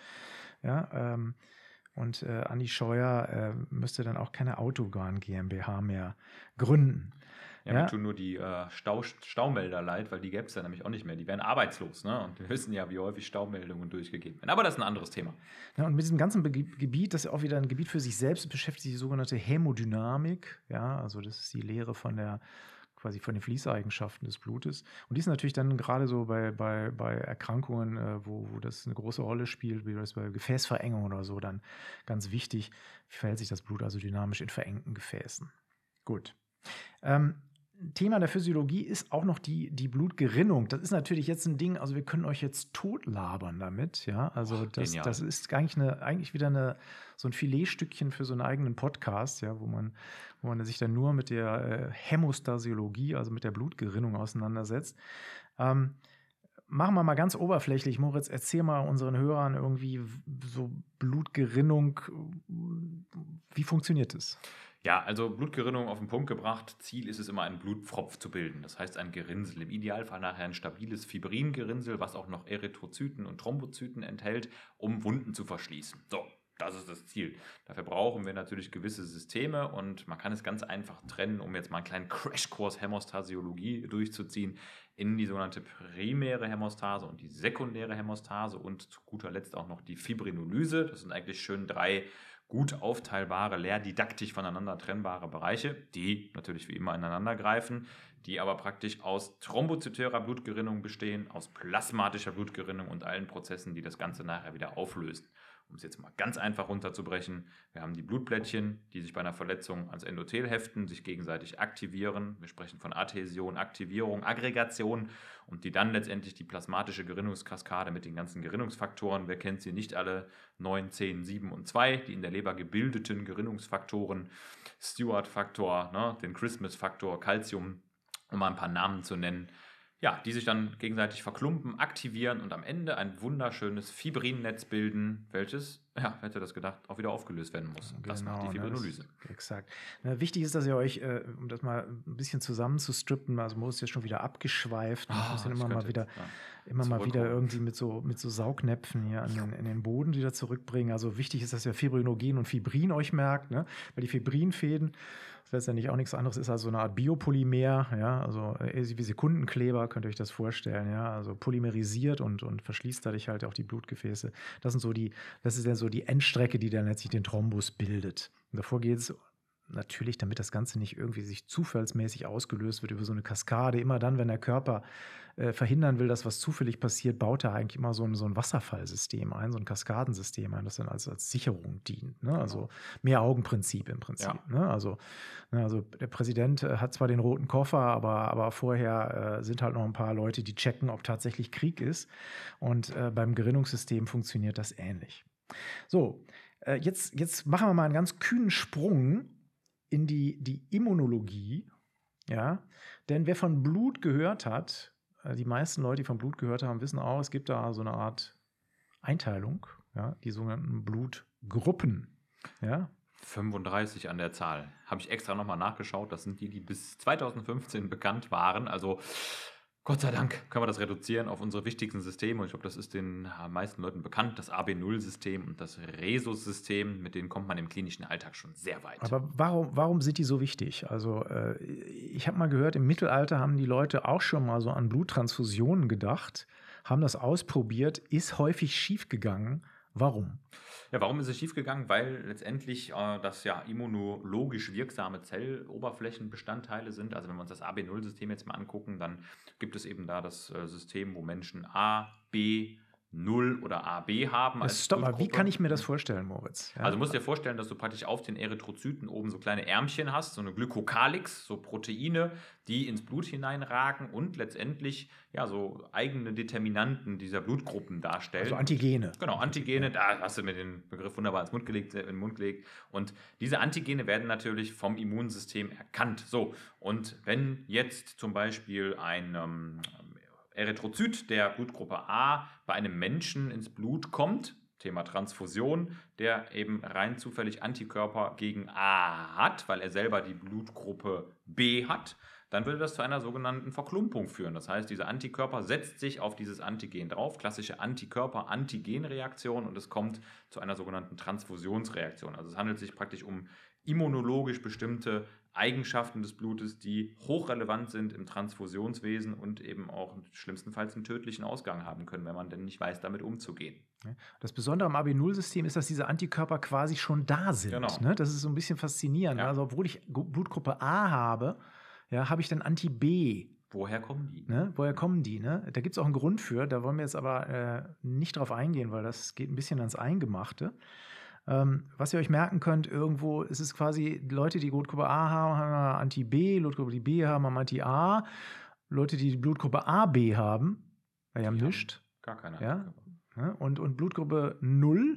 Ja, und Andi Scheuer müsste dann auch keine Autobahn GmbH mehr gründen. Ja, mir tun nur die Staumelder leid, weil die gäbe es ja nämlich auch nicht mehr. Die wären arbeitslos, ne? Und wir wissen ja, wie häufig Staumeldungen durchgegeben werden. Aber das ist ein anderes Thema. Ja, und mit diesem ganzen Gebiet, das ist auch wieder ein Gebiet für sich selbst, beschäftigt sich die sogenannte Hämodynamik. Ja, also das ist die Lehre von den Fließeigenschaften des Blutes. Und die ist natürlich dann gerade so bei Erkrankungen, wo das eine große Rolle spielt, wie das bei Gefäßverengung oder so, dann ganz wichtig, wie verhält sich das Blut also dynamisch in verengten Gefäßen. Gut. Thema der Physiologie ist auch noch die Blutgerinnung. Das ist natürlich jetzt ein Ding, also wir können euch jetzt totlabern damit, ja. Also das ist eigentlich wieder so ein Filetstückchen für so einen eigenen Podcast, ja, wo man sich dann nur mit der Hämostasiologie, also mit der Blutgerinnung auseinandersetzt. Machen wir mal ganz oberflächlich, Moritz, erzähl mal unseren Hörern irgendwie so Blutgerinnung, wie funktioniert das? Ja, also Blutgerinnung auf den Punkt gebracht. Ziel ist es immer, einen Blutpfropf zu bilden. Das heißt, ein Gerinnsel. Im Idealfall nachher ein stabiles Fibringerinnsel, was auch noch Erythrozyten und Thrombozyten enthält, um Wunden zu verschließen. So, das ist das Ziel. Dafür brauchen wir natürlich gewisse Systeme und man kann es ganz einfach trennen, um jetzt mal einen kleinen Crashkurs Hämostasiologie durchzuziehen, in die sogenannte primäre Hämostase und die sekundäre Hämostase und zu guter Letzt auch noch die Fibrinolyse. Das sind eigentlich schön 3 gut aufteilbare, lehrdidaktisch voneinander trennbare Bereiche, die natürlich wie immer ineinander greifen, die aber praktisch aus thrombozytärer Blutgerinnung bestehen, aus plasmatischer Blutgerinnung und allen Prozessen, die das Ganze nachher wieder auflösen. Um es jetzt mal ganz einfach runterzubrechen, wir haben die Blutplättchen, die sich bei einer Verletzung ans Endothel heften, sich gegenseitig aktivieren. Wir sprechen von Adhäsion, Aktivierung, Aggregation und die dann letztendlich die plasmatische Gerinnungskaskade mit den ganzen Gerinnungsfaktoren. Wer kennt sie nicht alle? 9, 10, 7 und 2, die in der Leber gebildeten Gerinnungsfaktoren, Stewart-Faktor, ne, den Christmas-Faktor, Calcium, um mal ein paar Namen zu nennen. Ja, die sich dann gegenseitig verklumpen, aktivieren und am Ende ein wunderschönes Fibrinnetz bilden, welches, ja, wer hätte das gedacht, auch wieder aufgelöst werden muss. Und das macht die Fibrinolyse. Exakt. Wichtig ist, dass ihr euch, um das mal ein bisschen zusammenzustrippen, also Mo ist jetzt schon wieder abgeschweift, ich muss ihn immer mal wieder irgendwie mit so Saugnäpfen hier in den Boden wieder zurückbringen. Also wichtig ist, dass ihr Fibrinogen und Fibrin euch merkt, ne? Weil die Fibrinfäden letztendlich auch nichts anderes ist als so eine Art Biopolymer, ja, also wie Sekundenkleber, könnt ihr euch das vorstellen, ja, also polymerisiert und verschließt dadurch halt auch die Blutgefäße. Das ist dann so die Endstrecke, die dann letztlich den Thrombus bildet. Und davor geht es natürlich, damit das Ganze nicht irgendwie sich zufallsmäßig ausgelöst wird über so eine Kaskade. Immer dann, wenn der Körper verhindern will, dass was zufällig passiert, baut er eigentlich immer so ein Wasserfallsystem ein, so ein Kaskadensystem ein, das dann als Sicherung dient. Ne? Also Mehr-Augen-Prinzip im Prinzip. Ja. Ne? Also der Präsident hat zwar den roten Koffer, aber vorher sind halt noch ein paar Leute, die checken, ob tatsächlich Krieg ist. Und beim Gerinnungssystem funktioniert das ähnlich. So, jetzt machen wir mal einen ganz kühnen Sprung in die Immunologie, ja, denn wer von Blut gehört hat, die meisten Leute, die von Blut gehört haben, wissen auch, es gibt da so eine Art Einteilung, ja, die sogenannten Blutgruppen, ja. 35 an der Zahl. Habe ich extra nochmal nachgeschaut, das sind die bis 2015 bekannt waren, also Gott sei Dank können wir das reduzieren auf unsere wichtigsten Systeme. Und ich glaube, das ist den meisten Leuten bekannt. Das AB0-System und das Rhesus-System, mit denen kommt man im klinischen Alltag schon sehr weit. Aber warum sind die so wichtig? Also ich habe mal gehört, im Mittelalter haben die Leute auch schon mal so an Bluttransfusionen gedacht, haben das ausprobiert, ist häufig schiefgegangen. Warum? Ja, warum ist es schiefgegangen? Weil letztendlich das ja immunologisch wirksame Zelloberflächenbestandteile sind. Also wenn wir uns das AB0-System jetzt mal angucken, dann gibt es eben da das System, wo Menschen A, B, 0 oder AB haben. Stopp mal, wie kann ich mir das vorstellen, Moritz? Ja? Also du musst dir vorstellen, dass du praktisch auf den Erythrozyten oben so kleine Ärmchen hast, so eine Glykokalix, so Proteine, die ins Blut hineinragen und letztendlich ja so eigene Determinanten dieser Blutgruppen darstellen. Also Antigene. Genau, Antigene, da hast du mir den Begriff wunderbar in den Mund gelegt. Und diese Antigene werden natürlich vom Immunsystem erkannt. So, und wenn jetzt zum Beispiel ein Erythrozyt der Blutgruppe A bei einem Menschen ins Blut kommt, Thema Transfusion, der eben rein zufällig Antikörper gegen A hat, weil er selber die Blutgruppe B hat, dann würde das zu einer sogenannten Verklumpung führen. Das heißt, dieser Antikörper setzt sich auf dieses Antigen drauf, klassische Antikörper-Antigen-Reaktion, und es kommt zu einer sogenannten Transfusionsreaktion. Also es handelt sich praktisch um immunologisch bestimmte Eigenschaften des Blutes, die hochrelevant sind im Transfusionswesen und eben auch schlimmstenfalls einen tödlichen Ausgang haben können, wenn man denn nicht weiß, damit umzugehen. Das Besondere am AB0-System ist, dass diese Antikörper quasi schon da sind. Genau. Ne? Das ist so ein bisschen faszinierend. Ja. Also obwohl ich Blutgruppe A habe, ja, habe ich dann Anti-B. Woher kommen die? Ne? Woher kommen die? Ne? Da gibt es auch einen Grund für, da wollen wir jetzt aber nicht drauf eingehen, weil das geht ein bisschen ans Eingemachte. Was ihr euch merken könnt, irgendwo ist es quasi, Leute, die Blutgruppe A haben Anti-B, Blutgruppe, die B haben Anti-A. Leute, die Blutgruppe AB haben, die haben nichts. Gar keine. Ja? Und Blutgruppe 0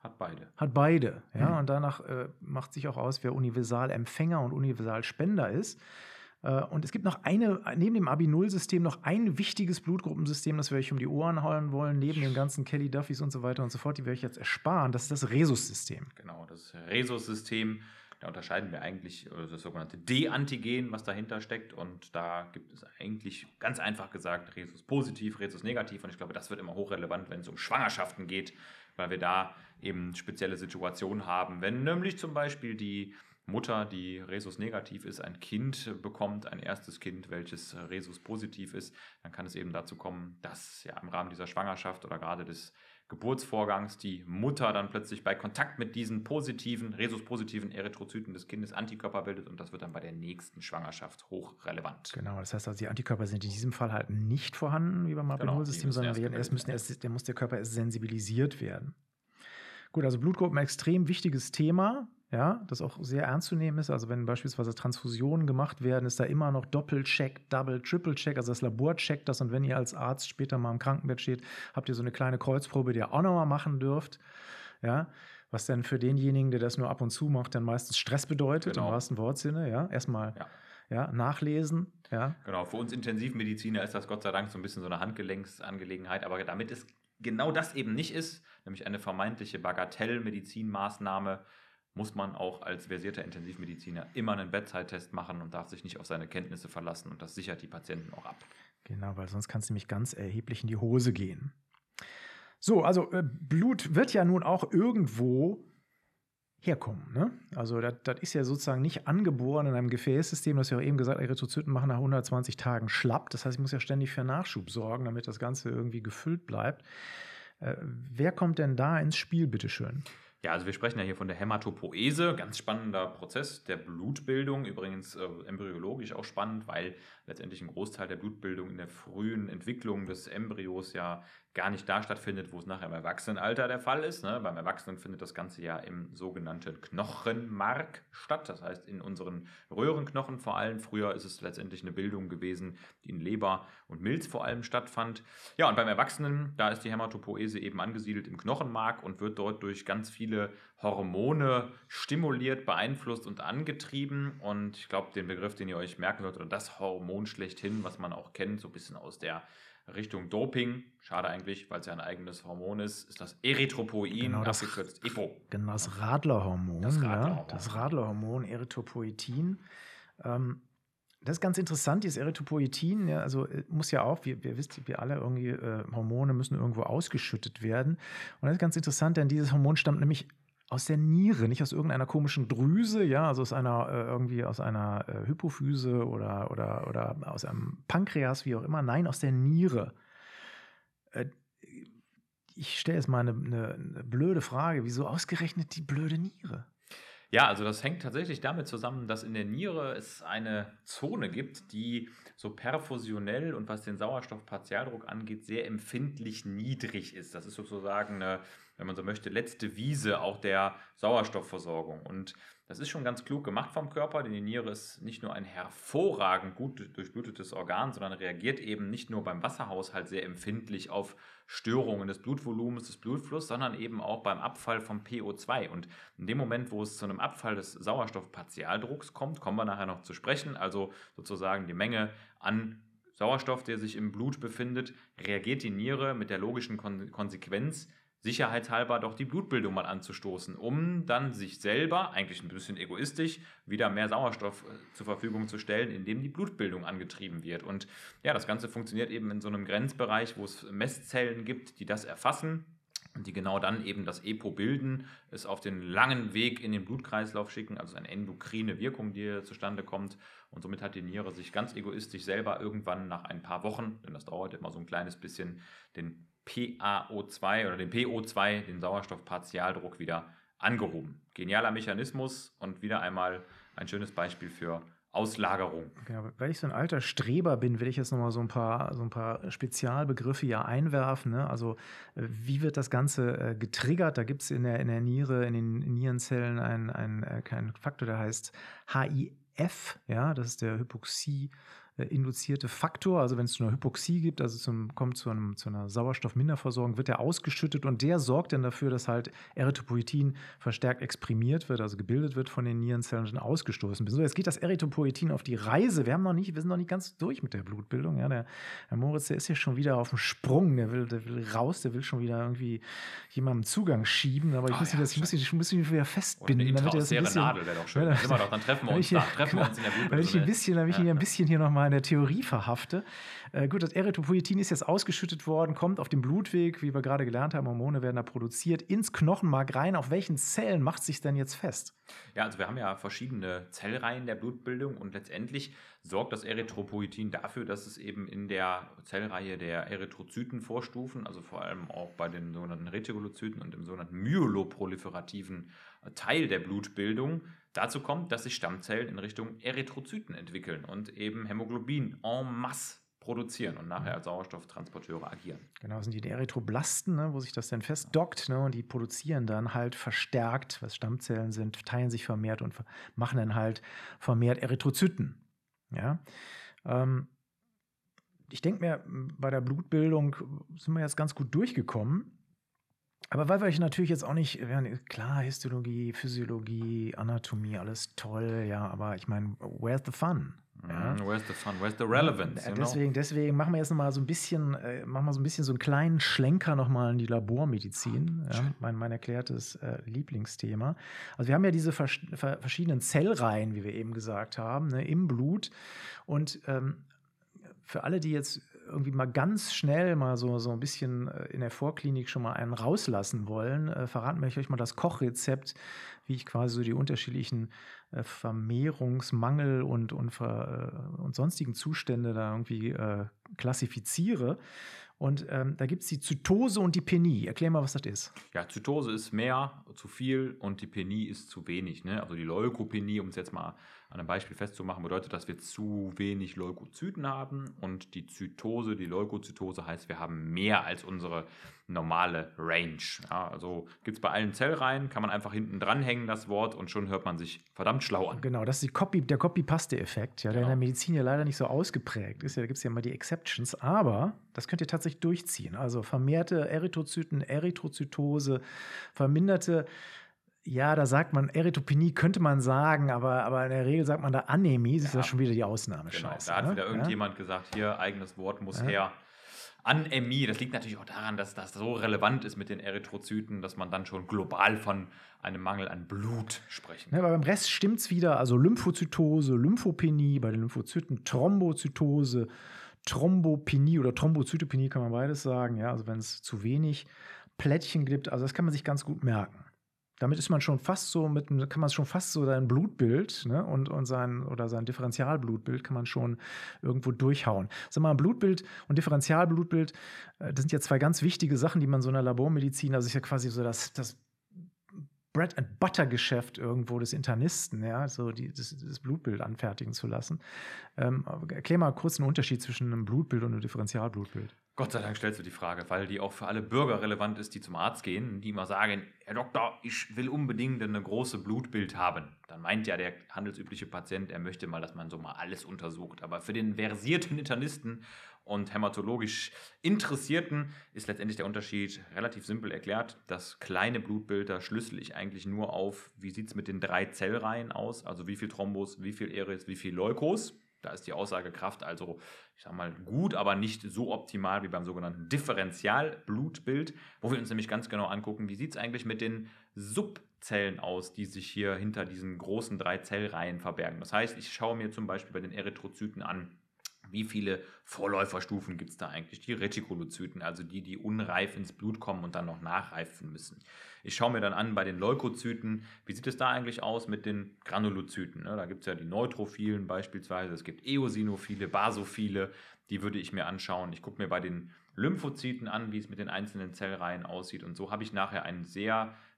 hat beide. Ja? Und danach macht sich auch aus, wer Universalempfänger und Universalspender ist. Und es gibt noch neben dem AB0-System noch ein wichtiges Blutgruppensystem, das wir euch um die Ohren hauen wollen, neben den ganzen Kelly Duffys und so weiter und so fort, die wir euch jetzt ersparen. Das ist das Rhesus-System. Genau, das Rhesus-System. Da unterscheiden wir eigentlich das sogenannte D-Antigen, was dahinter steckt. Und da gibt es eigentlich ganz einfach gesagt Rhesus positiv, Rhesus negativ. Und ich glaube, das wird immer hochrelevant, wenn es um Schwangerschaften geht, weil wir da eben spezielle Situationen haben. Wenn nämlich zum Beispiel die Mutter, die Rhesus negativ ist, ein Kind bekommt, ein erstes Kind, welches Rhesus positiv ist, dann kann es eben dazu kommen, dass ja im Rahmen dieser Schwangerschaft oder gerade des Geburtsvorgangs die Mutter dann plötzlich bei Kontakt mit diesen positiven, Rhesus-positiven Erythrozyten des Kindes Antikörper bildet und das wird dann bei der nächsten Schwangerschaft hochrelevant. Genau, das heißt also, die Antikörper sind in diesem Fall halt nicht vorhanden, wie beim MAP-0-System, sondern muss der Körper erst sensibilisiert werden. Gut, also Blutgruppen, extrem wichtiges Thema, ja, das auch sehr ernst zu nehmen ist. Also wenn beispielsweise Transfusionen gemacht werden, ist da immer noch Doppelcheck, Double, Triple-Check, also das Labor checkt das und wenn ihr als Arzt später mal im Krankenbett steht, habt ihr so eine kleine Kreuzprobe, die ihr auch nochmal machen dürft, ja, was dann für denjenigen, der das nur ab und zu macht, dann meistens Stress bedeutet, im wahrsten Wortsinne, ja, erstmal nachlesen, ja. Genau, für uns Intensivmediziner ist das Gott sei Dank so ein bisschen so eine Handgelenksangelegenheit, aber damit es genau das eben nicht ist, nämlich eine vermeintliche Bagatellmedizinmaßnahme, muss man auch als versierter Intensivmediziner immer einen Bedside-Test machen und darf sich nicht auf seine Kenntnisse verlassen und das sichert die Patienten auch ab. Genau, weil sonst kann es nämlich ganz erheblich in die Hose gehen. So, also Blut wird ja nun auch irgendwo herkommen. Ne? Also das ist ja sozusagen nicht angeboren in einem Gefäßsystem. Du hast ja auch eben gesagt, Erythrozyten machen nach 120 Tagen schlapp. Das heißt, ich muss ja ständig für Nachschub sorgen, damit das Ganze irgendwie gefüllt bleibt. Wer kommt denn da ins Spiel, bitteschön? Ja, also wir sprechen ja hier von der Hämatopoese, ganz spannender Prozess der Blutbildung, übrigens embryologisch auch spannend, weil letztendlich ein Großteil der Blutbildung in der frühen Entwicklung des Embryos ja gar nicht da stattfindet, wo es nachher im Erwachsenenalter der Fall ist. Ne? Beim Erwachsenen findet das Ganze ja im sogenannten Knochenmark statt, das heißt in unseren Röhrenknochen vor allem. Früher ist es letztendlich eine Bildung gewesen, die in Leber und Milz vor allem stattfand. Ja, und beim Erwachsenen, da ist die Hämatopoese eben angesiedelt im Knochenmark und wird dort durch ganz viele Hormone stimuliert, beeinflusst und angetrieben. Und ich glaube, den Begriff, den ihr euch merken sollt, oder das Hormon schlechthin, was man auch kennt, so ein bisschen aus der Richtung Doping, schade eigentlich, weil es ja ein eigenes Hormon ist das Erythropoietin, genau, abgekürzt EPO. Genau, das Radlerhormon. Das Radlerhormon, Erythropoietin. Das ist ganz interessant, dieses Erythropoietin, ja, also muss ja auch, wir wissen, wir alle irgendwie, Hormone müssen irgendwo ausgeschüttet werden. Und das ist ganz interessant, denn dieses Hormon stammt nämlich aus der Niere, nicht aus irgendeiner komischen Drüse, ja, also aus einer Hypophyse oder aus einem Pankreas, wie auch immer. Nein, aus der Niere. Ich stelle jetzt mal eine blöde Frage. Wieso ausgerechnet die blöde Niere? Ja, also das hängt tatsächlich damit zusammen, dass in der Niere es eine Zone gibt, die so perfusionell und was den Sauerstoffpartialdruck angeht, sehr empfindlich niedrig ist. Das ist sozusagen eine, wenn man so möchte, letzte Wiese auch der Sauerstoffversorgung. Und das ist schon ganz klug gemacht vom Körper, denn die Niere ist nicht nur ein hervorragend gut durchblutetes Organ, sondern reagiert eben nicht nur beim Wasserhaushalt sehr empfindlich auf Störungen des Blutvolumens, des Blutflusses, sondern eben auch beim Abfall von PO2. Und in dem Moment, wo es zu einem Abfall des Sauerstoffpartialdrucks kommt, kommen wir nachher noch zu sprechen, also sozusagen die Menge an Sauerstoff, der sich im Blut befindet, reagiert die Niere mit der logischen Konsequenz, sicherheitshalber doch die Blutbildung mal anzustoßen, um dann sich selber, eigentlich ein bisschen egoistisch, wieder mehr Sauerstoff zur Verfügung zu stellen, indem die Blutbildung angetrieben wird. Und ja, das Ganze funktioniert eben in so einem Grenzbereich, wo es Messzellen gibt, die das erfassen und die genau dann eben das EPO bilden, es auf den langen Weg in den Blutkreislauf schicken, also eine endokrine Wirkung, die hier zustande kommt. Und somit hat die Niere sich ganz egoistisch selber irgendwann nach ein paar Wochen, denn das dauert immer so ein kleines bisschen, den PaO2 oder den PO2, den Sauerstoffpartialdruck, wieder angehoben. Genialer Mechanismus und wieder einmal ein schönes Beispiel für Auslagerung. Genau, weil ich so ein alter Streber bin, will ich jetzt nochmal so ein paar Spezialbegriffe hier einwerfen. Ne? Also wie wird das Ganze getriggert? Da gibt es in der Niere, in den Nierenzellen einen Faktor, der heißt HIF, ja, das ist der Hypoxie induzierte Faktor, also wenn es zu einer Hypoxie gibt, also kommt zu einer Sauerstoffminderversorgung, wird der ausgeschüttet und der sorgt dann dafür, dass halt Erythropoietin verstärkt exprimiert wird, also gebildet wird von den Nierenzellen und dann ausgestoßen wird. So, jetzt geht das Erythropoietin auf die Reise. Wir sind noch nicht ganz durch mit der Blutbildung. Ja, der Herr Moritz, der ist ja schon wieder auf dem Sprung, der will raus, der will schon wieder irgendwie jemandem Zugang schieben, aber ich muss ihn wieder festbinden. Eine intraosäre Nadel wäre doch schön. Dann treffen wir uns da. Treffen wir uns in der Blutbildung. Damit ich ihn ein bisschen hier nochmal in der Theorie verhafte. Gut, das Erythropoietin ist jetzt ausgeschüttet worden, kommt auf dem Blutweg, wie wir gerade gelernt haben, Hormone werden da produziert, ins Knochenmark rein. Auf welchen Zellen macht sich denn jetzt fest? Ja, also wir haben ja verschiedene Zellreihen der Blutbildung und letztendlich sorgt das Erythropoietin dafür, dass es eben in der Zellreihe der Erythrozytenvorstufen, also vor allem auch bei den sogenannten Retikulozyten und im sogenannten myeloproliferativen Teil der Blutbildung, dazu kommt, dass sich Stammzellen in Richtung Erythrozyten entwickeln und eben Hämoglobin en masse produzieren und nachher als Sauerstofftransporteure agieren. Genau, das sind die Erythroblasten, ne, wo sich das dann festdockt, ne, und die produzieren dann halt verstärkt, was Stammzellen sind, teilen sich vermehrt und machen dann halt vermehrt Erythrozyten. Ja? Ich denke mir, bei der Blutbildung sind wir jetzt ganz gut durchgekommen. Aber weil wir euch natürlich jetzt auch nicht, klar, Histologie, Physiologie, Anatomie, alles toll, ja, aber ich meine, where's the fun? Ja? Where's the fun? Where's the relevance? Deswegen machen wir jetzt nochmal so ein bisschen, so einen kleinen Schlenker nochmal in die Labormedizin. Ja? Mein erklärtes Lieblingsthema. Also wir haben ja diese verschiedenen Zellreihen, wie wir eben gesagt haben, ne, im Blut. Und für alle, die jetzt irgendwie mal ganz schnell mal so ein bisschen in der Vorklinik schon mal einen rauslassen wollen, verraten wir euch mal das Kochrezept, wie ich quasi so die unterschiedlichen Vermehrungsmangel und sonstigen Zustände da irgendwie klassifiziere. Und da gibt es die Zytose und die Penie. Erklär mal, was das ist. Ja, Zytose ist mehr, zu viel und die Penie ist zu wenig. Ne? Also die Leukopenie, um es jetzt mal an einem Beispiel festzumachen, bedeutet, dass wir zu wenig Leukozyten haben und die Zytose, die Leukozytose heißt, wir haben mehr als unsere normale Range. Ja, also gibt es bei allen Zellreihen, kann man einfach hinten dranhängen, das Wort, und schon hört man sich verdammt schlau an. Genau, das ist der Copy-Paste-Effekt, ja, der in der Medizin ja leider nicht so ausgeprägt ist. Ja, da gibt es ja immer die Exceptions, aber das könnt ihr tatsächlich durchziehen. Also vermehrte Erythrozyten, Erythrozytose, verminderte, ja, da sagt man Erythropenie, könnte man sagen, aber in der Regel sagt man da Anämie, das ist ja schon wieder die Ausnahme. Genau, Scheiße, da hat wieder irgendjemand gesagt, hier, eigenes Wort muss her. Anämie, das liegt natürlich auch daran, dass das so relevant ist mit den Erythrozyten, dass man dann schon global von einem Mangel an Blut sprechen kann. Ja, aber beim Rest stimmt es wieder, also Lymphozytose, Lymphopenie, bei den Lymphozyten Thrombozytose, Thrombopenie oder Thrombozytopenie kann man beides sagen, ja, also wenn es zu wenig Plättchen gibt, also das kann man sich ganz gut merken. Damit ist man schon fast so kann man schon fast so sein Blutbild, ne, und sein Differentialblutbild kann man schon irgendwo durchhauen. Sag mal, Blutbild und Differentialblutbild, das sind ja zwei ganz wichtige Sachen, die man so in der Labormedizin, also ist ja quasi so das Bread-and-Butter-Geschäft irgendwo des Internisten, ja, so das Blutbild anfertigen zu lassen. Erklär mal kurz den Unterschied zwischen einem Blutbild und einem Differentialblutbild. Gott sei Dank stellst du die Frage, weil die auch für alle Bürger relevant ist, die zum Arzt gehen, die immer sagen, Herr Doktor, ich will unbedingt eine große Blutbild haben. Dann meint ja der handelsübliche Patient, er möchte mal, dass man so mal alles untersucht. Aber für den versierten Internisten und hämatologisch Interessierten ist letztendlich der Unterschied relativ simpel erklärt. Das kleine Blutbild, da schlüssel ich eigentlich nur auf, wie sieht es mit den 3 Zellreihen aus, also wie viel Thrombos, wie viel Erythros, wie viel Leukos. Da ist die Aussagekraft also, ich sag mal, gut, aber nicht so optimal wie beim sogenannten Differentialblutbild, wo wir uns nämlich ganz genau angucken, wie sieht es eigentlich mit den Subzellen aus, die sich hier hinter diesen großen 3 Zellreihen verbergen. Das heißt, ich schaue mir zum Beispiel bei den Erythrozyten an, wie viele Vorläuferstufen gibt es da eigentlich? Die Retikulozyten, also die unreif ins Blut kommen und dann noch nachreifen müssen. Ich schaue mir dann an bei den Leukozyten, wie sieht es da eigentlich aus mit den Granulozyten? Da gibt es ja die Neutrophilen beispielsweise, es gibt Eosinophile, Basophile, die würde ich mir anschauen. Ich gucke mir bei den Lymphozyten an, wie es mit den einzelnen Zellreihen aussieht, und so habe ich nachher ein sehr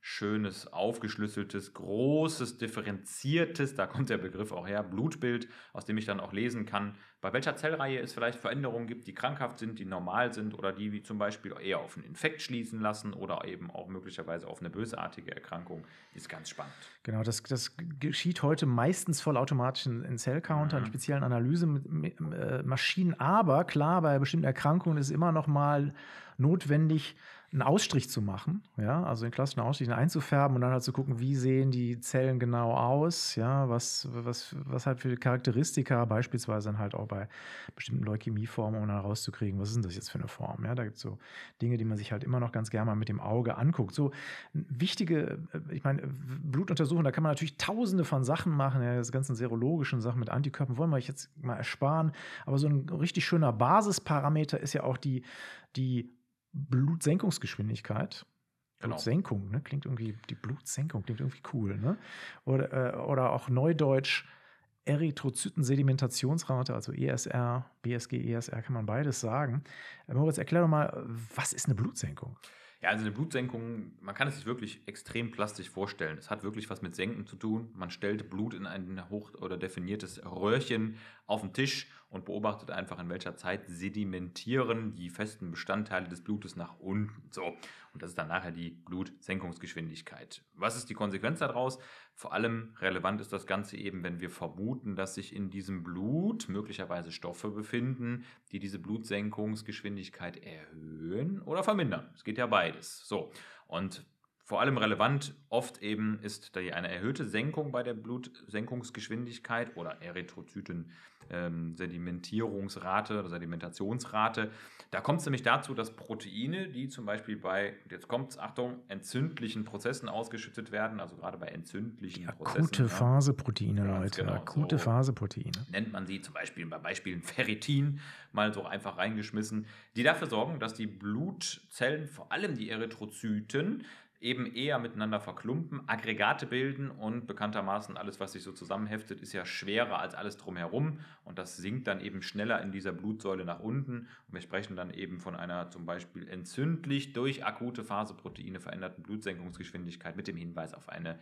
schönes, aufgeschlüsseltes, großes, differenziertes, da kommt der Begriff auch her, Blutbild, aus dem ich dann auch lesen kann, bei welcher Zellreihe es vielleicht Veränderungen gibt, die krankhaft sind, die normal sind oder die wie zum Beispiel eher auf einen Infekt schließen lassen oder eben auch möglicherweise auf eine bösartige Erkrankung, ist ganz spannend. Genau, das geschieht heute meistens vollautomatisch in Cell-Counter, in speziellen Analysemaschinen. Aber klar, bei bestimmten Erkrankungen ist es immer noch mal notwendig, einen Ausstrich zu machen, ja, also den klassischen Ausstrich einzufärben und dann halt zu gucken, wie sehen die Zellen genau aus, ja, was halt für Charakteristika, beispielsweise dann halt auch bei bestimmten Leukämieformen, um dann rauszukriegen, was ist denn das jetzt für eine Form, ja, da gibt es so Dinge, die man sich halt immer noch ganz gerne mal mit dem Auge anguckt. So wichtige, ich meine, Blutuntersuchungen, da kann man natürlich tausende von Sachen machen, ja, das ganzen serologischen Sachen mit Antikörpern wollen wir euch jetzt mal ersparen, aber so ein richtig schöner Basisparameter ist ja auch die Blutsenkungsgeschwindigkeit. Genau. Blutsenkung, ne? Klingt irgendwie, die Blutsenkung klingt irgendwie cool, ne? Oder auch neudeutsch Erythrozytensedimentationsrate, also ESR, BSG, ESR, kann man beides sagen. Moritz, erklär doch mal, was ist eine Blutsenkung? Ja, also eine Blutsenkung, man kann es sich wirklich extrem plastisch vorstellen. Es hat wirklich was mit Senken zu tun. Man stellt Blut in ein hoch- oder definiertes Röhrchen auf den Tisch und beobachtet einfach, in welcher Zeit sedimentieren die festen Bestandteile des Blutes nach unten. So, und das ist dann nachher die Blutsenkungsgeschwindigkeit. Was ist die Konsequenz daraus? Vor allem relevant ist das Ganze eben, wenn wir vermuten, dass sich in diesem Blut möglicherweise Stoffe befinden, die diese Blutsenkungsgeschwindigkeit erhöhen oder vermindern. Es geht ja beides. So, und vor allem relevant oft eben ist eine erhöhte Senkung bei der Blutsenkungsgeschwindigkeit oder Erythrozyten-Sedimentierungsrate oder Sedimentationsrate. Da kommt es nämlich dazu, dass Proteine, die zum Beispiel bei, jetzt kommt es, Achtung, entzündlichen Prozessen ausgeschüttet werden, also gerade bei entzündlichen Prozessen. Akute Phaseproteine, Ganz Leute. genau, Akute so Phaseproteine. nennt man sie zum Beispiel bei Beispielen Ferritin mal so einfach reingeschmissen, die dafür sorgen, dass die Blutzellen, vor allem die Erythrozyten, eben eher miteinander verklumpen, Aggregate bilden und bekanntermaßen alles, was sich so zusammenheftet, ist ja schwerer als alles drumherum und das sinkt dann eben schneller in dieser Blutsäule nach unten und wir sprechen dann eben von einer zum Beispiel entzündlich durch akute Phaseproteine veränderten Blutsenkungsgeschwindigkeit mit dem Hinweis auf eine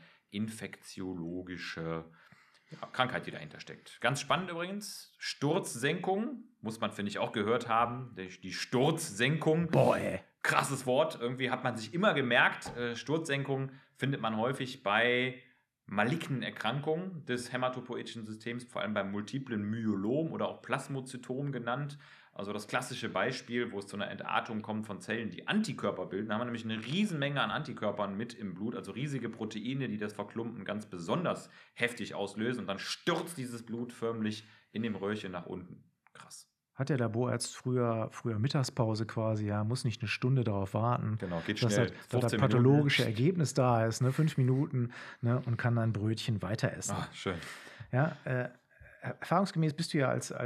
infektiologische Krankheit, die dahinter steckt. Ganz spannend übrigens, Sturzsenkung, muss man, finde ich, auch gehört haben, die Sturzsenkung. Boah, ey. Krasses Wort, irgendwie hat man sich immer gemerkt, Sturzsenkung findet man häufig bei malignen Erkrankungen des hämatopoetischen Systems, vor allem beim multiplen Myelom oder auch Plasmozytom genannt. Also das klassische Beispiel, wo es zu einer Entartung kommt von Zellen, die Antikörper bilden. Da haben wir nämlich eine Riesenmenge an Antikörpern mit im Blut, also riesige Proteine, die das Verklumpen ganz besonders heftig auslösen. Und dann stürzt dieses Blut förmlich in dem Röhrchen nach unten. Krass. Hat der Laborarzt früher Mittagspause quasi, ja, muss nicht eine Stunde darauf warten, Genau, geht dass schnell. das pathologische Ergebnis da ist, ne, 5 Minuten, ne, und kann dann Brötchen weiter essen. Ah, schön. Ja, erfahrungsgemäß bist du ja als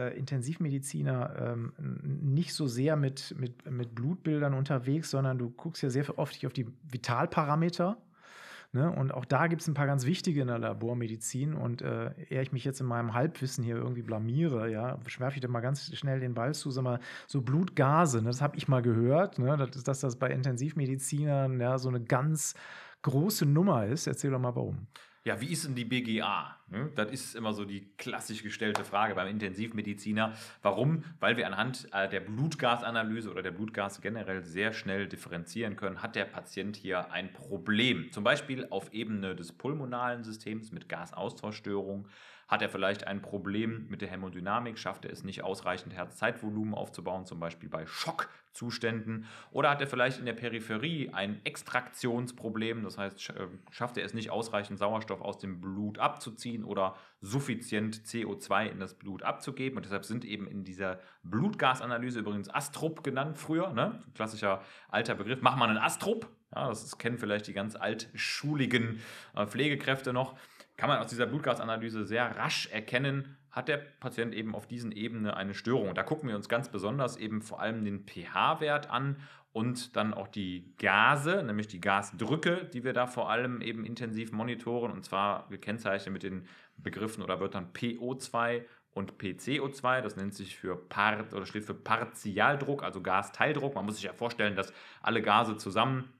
Intensivmediziner nicht so sehr mit Blutbildern unterwegs, sondern du guckst ja sehr oft auf die Vitalparameter. Ne? Und auch da gibt es ein paar ganz wichtige in der Labormedizin. Und ehe ich mich jetzt in meinem Halbwissen hier irgendwie blamiere, ja, werfe ich dir mal ganz schnell den Ball zu, sag mal, so Blutgase, ne? Das habe ich mal gehört, ne? Dass das bei Intensivmedizinern ja so eine ganz große Nummer ist. Erzähl doch mal, warum. Ja, wie ist denn die BGA? Das ist immer so die klassisch gestellte Frage beim Intensivmediziner. Warum? Weil wir anhand der Blutgasanalyse oder der Blutgase generell sehr schnell differenzieren können, hat der Patient hier ein Problem. Zum Beispiel auf Ebene des pulmonalen Systems mit Gasaustauschstörung. Hat er vielleicht ein Problem mit der Hämodynamik? Schafft er es nicht, ausreichend Herz-Zeitvolumen aufzubauen, zum Beispiel bei Schockzuständen? Oder hat er vielleicht in der Peripherie ein Extraktionsproblem? Das heißt, schafft er es nicht, ausreichend Sauerstoff aus dem Blut abzuziehen oder suffizient CO2 in das Blut abzugeben? Und deshalb sind eben in dieser Blutgasanalyse, übrigens Astrup genannt früher, ne? Klassischer alter Begriff, mach mal einen Astrup. Ja, kennen vielleicht die ganz altschuligen Pflegekräfte noch. Kann man aus dieser Blutgasanalyse sehr rasch erkennen, hat der Patient eben auf diesen Ebene eine Störung. Da gucken wir uns ganz besonders eben vor allem den pH-Wert an und dann auch die Gase, nämlich die Gasdrücke, die wir da vor allem eben intensiv monitoren, und zwar gekennzeichnet mit den Begriffen oder Wörtern PO2 und PCO2. Das nennt sich steht für Partialdruck, also Gasteildruck. Man muss sich ja vorstellen, dass alle Gase zusammen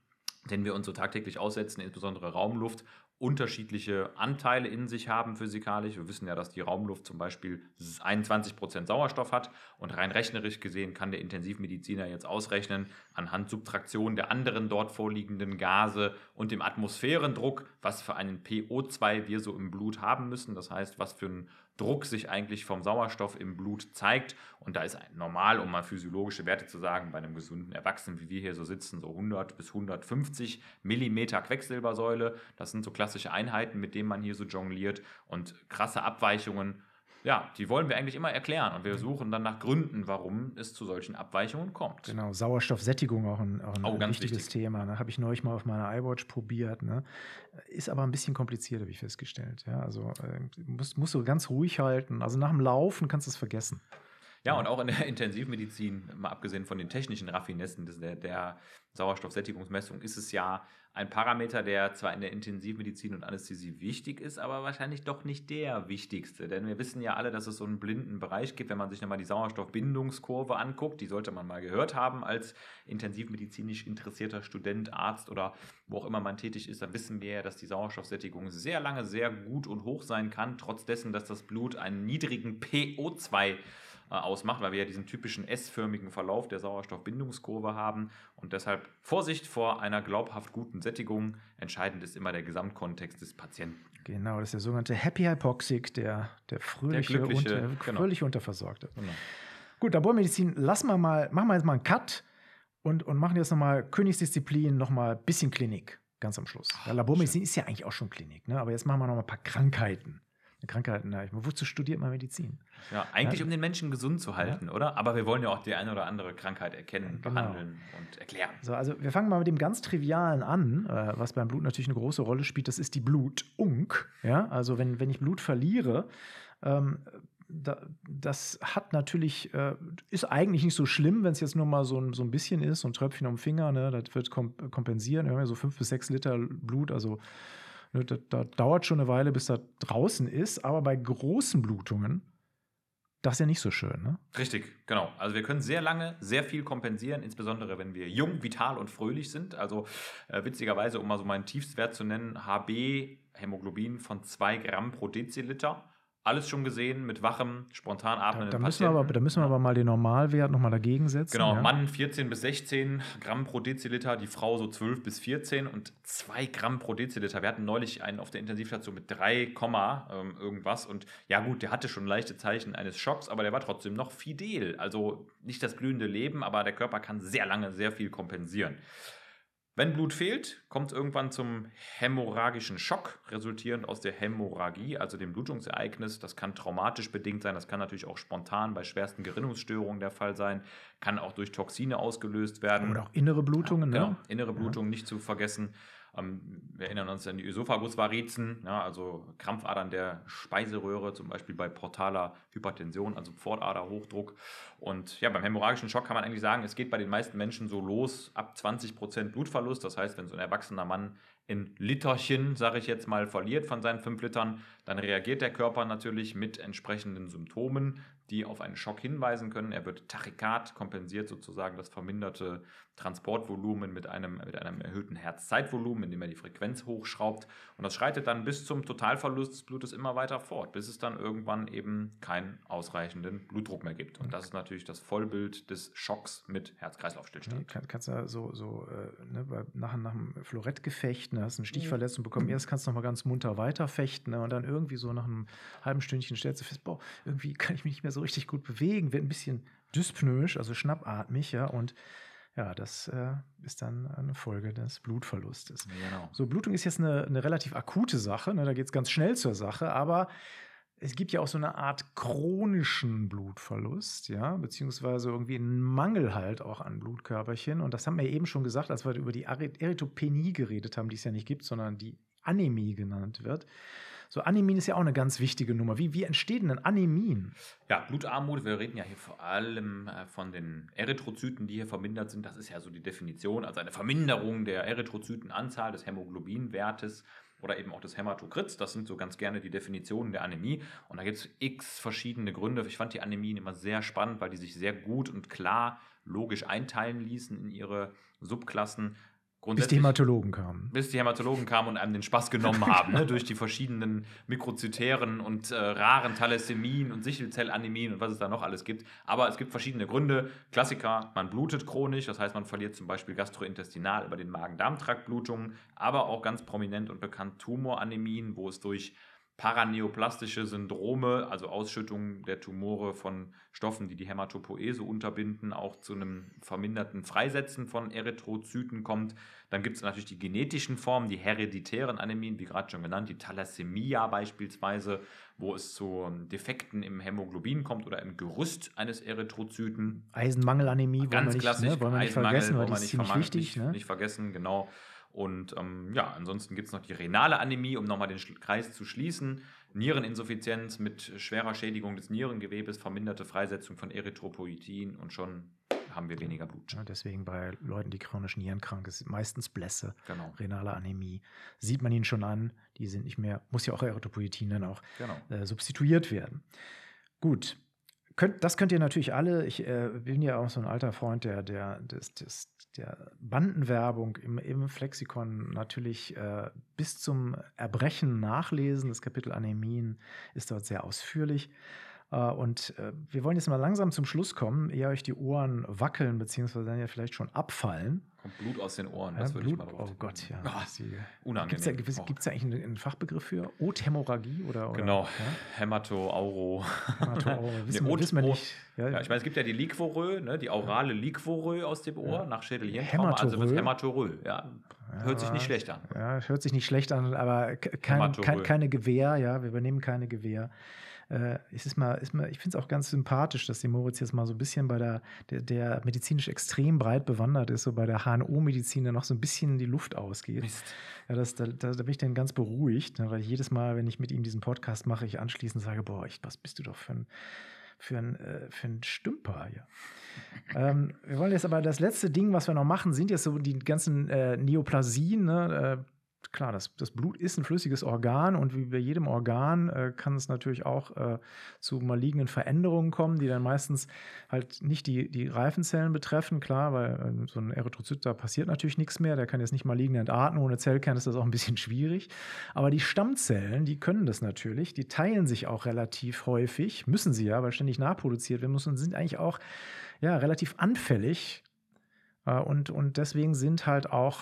den wir uns so tagtäglich aussetzen, insbesondere Raumluft, unterschiedliche Anteile in sich haben physikalisch. Wir wissen ja, dass die Raumluft zum Beispiel 21% Sauerstoff hat und rein rechnerisch gesehen kann der Intensivmediziner jetzt ausrechnen, anhand Subtraktion der anderen dort vorliegenden Gase und dem Atmosphärendruck, was für einen PO2 wir so im Blut haben müssen. Das heißt, was für ein Druck sich eigentlich vom Sauerstoff im Blut zeigt. Und da ist normal, um mal physiologische Werte zu sagen, bei einem gesunden Erwachsenen, wie wir hier so sitzen, so 100 bis 150 Millimeter Quecksilbersäule. Das sind so klassische Einheiten, mit denen man hier so jongliert. Und krasse Abweichungen, ja, die wollen wir eigentlich immer erklären. Und wir suchen dann nach Gründen, warum es zu solchen Abweichungen kommt. Genau, Sauerstoffsättigung auch ein ganz wichtiges wichtig. Thema. Ne? Habe ich neulich mal auf meiner iWatch probiert. Ne? Ist aber ein bisschen kompliziert, habe ich festgestellt. Ja? Also musst du ganz ruhig halten. Also nach dem Laufen kannst du es vergessen. Ja, und auch in der Intensivmedizin, mal abgesehen von den technischen Raffinessen der Sauerstoffsättigungsmessung, ist es ja ein Parameter, der zwar in der Intensivmedizin und Anästhesie wichtig ist, aber wahrscheinlich doch nicht der wichtigste. Denn wir wissen ja alle, dass es so einen blinden Bereich gibt, wenn man sich nochmal die Sauerstoffbindungskurve anguckt. Die sollte man mal gehört haben als intensivmedizinisch interessierter Student, Arzt oder wo auch immer man tätig ist. Dann wissen wir ja, dass die Sauerstoffsättigung sehr lange sehr gut und hoch sein kann, trotz dessen, dass das Blut einen niedrigen PO2 ausmacht, weil wir ja diesen typischen S-förmigen Verlauf der Sauerstoffbindungskurve haben und deshalb Vorsicht vor einer glaubhaft guten Sättigung. Entscheidend ist immer der Gesamtkontext des Patienten. Genau, das ist der sogenannte Happy Hypoxic, der fröhliche, fröhliche Unterversorgte. Genau. Gut, Labormedizin, machen wir jetzt mal einen Cut und machen jetzt nochmal Königsdisziplin, nochmal ein bisschen Klinik, ganz am Schluss. Labormedizin ist ja eigentlich auch schon Klinik, ne? Aber jetzt machen wir nochmal ein paar Krankheiten. Wozu studiert man Medizin? Ja, eigentlich um den Menschen gesund zu halten, oder? Aber wir wollen ja auch die eine oder andere Krankheit erkennen, behandeln und erklären. So, also wir fangen mal mit dem ganz Trivialen an, was beim Blut natürlich eine große Rolle spielt. Das ist die Blutung. Ja? Also wenn ich Blut verliere, das hat natürlich, ist eigentlich nicht so schlimm, wenn es jetzt nur mal so ein bisschen ist, so ein Tröpfchen am Finger, ne? Das wird kompensieren. Wir haben ja so 5 bis 6 Liter Blut, also da dauert schon eine Weile, bis das draußen ist, aber bei großen Blutungen, das ist ja nicht so schön, ne? Richtig, genau. Also wir können sehr lange sehr viel kompensieren, insbesondere wenn wir jung, vital und fröhlich sind. Also witzigerweise, um mal so meinen Tiefstwert zu nennen, HB, Hämoglobin von 2 Gramm pro Deziliter. Alles schon gesehen mit wachem, spontan atmenden Patienten. Da müssen wir aber mal den Normalwert nochmal dagegen setzen. Genau, ja. Mann 14 bis 16 Gramm pro Deziliter, die Frau so 12 bis 14 und 2 Gramm pro Deziliter. Wir hatten neulich einen auf der Intensivstation mit 3, irgendwas und ja gut, der hatte schon leichte Zeichen eines Schocks, aber der war trotzdem noch fidel. Also nicht das blühende Leben, aber der Körper kann sehr lange sehr viel kompensieren. Wenn Blut fehlt, kommt es irgendwann zum hämorrhagischen Schock, resultierend aus der Hämorrhagie, also dem Blutungsereignis. Das kann traumatisch bedingt sein, das kann natürlich auch spontan bei schwersten Gerinnungsstörungen der Fall sein, kann auch durch Toxine ausgelöst werden. Oder auch innere Blutungen, ne? Genau, innere Blutungen nicht zu vergessen. Wir erinnern uns an die Ösophagusvarizen, ja, also Krampfadern der Speiseröhre, zum Beispiel bei portaler Hypertension, also Pfortaderhochdruck. Und ja, beim hämorrhagischen Schock kann man eigentlich sagen, es geht bei den meisten Menschen so los ab 20% Blutverlust. Das heißt, wenn so ein erwachsener Mann in Literchen, sage ich jetzt mal, verliert von seinen 5 Litern, dann reagiert der Körper natürlich mit entsprechenden Symptomen, die auf einen Schock hinweisen können. Er wird Tachykard, kompensiert sozusagen das verminderte Transportvolumen mit einem erhöhten Herzzeitvolumen, indem er die Frequenz hochschraubt. Und das schreitet dann bis zum Totalverlust des Blutes immer weiter fort, bis es dann irgendwann eben keinen ausreichenden Blutdruck mehr gibt. Und das ist natürlich das Vollbild des Schocks mit Herz-Kreislauf-Stillstand. Kannst du nach einem Florettgefecht, ne, hast eine Stichverletzung bekommen, erst kannst du noch mal ganz munter weiterfechten, ne, und dann irgendwie so nach einem halben Stündchen stellst du fest, boah, irgendwie kann ich mich nicht mehr so richtig gut bewegen, wird ein bisschen dyspnoisch, also schnappatmig, ja, und ja, das ist dann eine Folge des Blutverlustes. Genau. So, Blutung ist jetzt eine relativ akute Sache, ne, da geht es ganz schnell zur Sache, aber es gibt ja auch so eine Art chronischen Blutverlust, ja, beziehungsweise irgendwie einen Mangel halt auch an Blutkörperchen. Und das haben wir eben schon gesagt, als wir über die Erythropenie geredet haben, die es ja nicht gibt, sondern die Anämie genannt wird. So, Anämien ist ja auch eine ganz wichtige Nummer. Wie entstehen denn Anämien? Ja, Blutarmut, wir reden ja hier vor allem von den Erythrozyten, die hier vermindert sind. Das ist ja so die Definition, also eine Verminderung der Erythrozytenanzahl, des Hämoglobinwertes oder eben auch des Hämatokrits. Das sind so ganz gerne die Definitionen der Anämie. Und da gibt es x verschiedene Gründe. Ich fand die Anämien immer sehr spannend, weil die sich sehr gut und klar logisch einteilen ließen in ihre Subklassen. Bis die Hämatologen kamen. Bis die Hämatologen kamen und einem den Spaß genommen haben, ne? Durch die verschiedenen mikrozytären und raren Thalassämien und Sichelzellanämien und was es da noch alles gibt. Aber es gibt verschiedene Gründe. Klassiker, man blutet chronisch, das heißt, man verliert zum Beispiel gastrointestinal über den Magen-Darm-Trakt Blutungen, aber auch ganz prominent und bekannt Tumoranämien, wo es durch paraneoplastische Syndrome, also Ausschüttung der Tumore von Stoffen, die die Hämatopoese unterbinden, auch zu einem verminderten Freisetzen von Erythrozyten kommt. Dann gibt es natürlich die genetischen Formen, die hereditären Anämien, wie gerade schon genannt, die Thalassämia beispielsweise, wo es zu Defekten im Hämoglobin kommt oder im Gerüst eines Erythrozyten. Eisenmangelanämie Ganz klassisch, wollen wir nicht vergessen, weil die ist ziemlich wichtig. Nicht vergessen, genau. Und ansonsten gibt es noch die renale Anämie, um nochmal den Kreis zu schließen. Niereninsuffizienz mit schwerer Schädigung des Nierengewebes, verminderte Freisetzung von Erythropoietin und schon haben wir weniger Blut. Ja, deswegen bei Leuten, die chronisch nierenkrank sind, meistens Blässe, genau. Renale Anämie. Sieht man ihnen schon an, die sind nicht mehr, muss ja auch Erythropoietin dann auch substituiert werden. Gut. Das könnt ihr natürlich alle, ich bin ja auch so ein alter Freund der Bandenwerbung im Flexikon natürlich bis zum Erbrechen nachlesen. Das Kapitel Anämien ist dort sehr ausführlich. Und wir wollen jetzt mal langsam zum Schluss kommen, ehe euch die Ohren wackeln, beziehungsweise dann ja vielleicht schon abfallen. Kommt Blut aus den Ohren, das würde ich mal drauf. Oh Gott, ja. Unangenehm. Gibt es da eigentlich einen Fachbegriff für? Othämorrhagie? Oder, genau, ja? Hämato-Auro. Wissen wir nicht. Ja, ich meine, es gibt ja die Liquorö, ne, die aurale Liquorö aus dem Ohr nach Schädel-Hirntrauma, also wird Hämatorö. Ja, hört sich nicht schlecht an. Ja, hört sich nicht schlecht an, aber keine Gewähr, ja, wir übernehmen keine Gewähr. Ich finde es auch ganz sympathisch, dass die Moritz jetzt mal so ein bisschen bei der medizinisch extrem breit bewandert ist, so bei der HNO-Medizin da noch so ein bisschen die Luft ausgeht. Mist. Ja, da bin ich dann ganz beruhigt, ne, weil jedes Mal, wenn ich mit ihm diesen Podcast mache, ich anschließend sage, boah, was bist du doch für ein Stümper hier. Wir wollen jetzt aber das letzte Ding, was wir noch machen, sind jetzt so die ganzen Neoplasien, ne? Klar, das Blut ist ein flüssiges Organ und wie bei jedem Organ kann es natürlich auch zu malignen Veränderungen kommen, die dann meistens halt nicht die reifen Zellen betreffen, klar, weil so ein Erythrozyt, da passiert natürlich nichts mehr, der kann jetzt nicht malign entarten, ohne Zellkern ist das auch ein bisschen schwierig, aber die Stammzellen, die können das natürlich, die teilen sich auch relativ häufig, müssen sie ja, weil ständig nachproduziert werden muss und sind eigentlich auch relativ anfällig und deswegen sind halt auch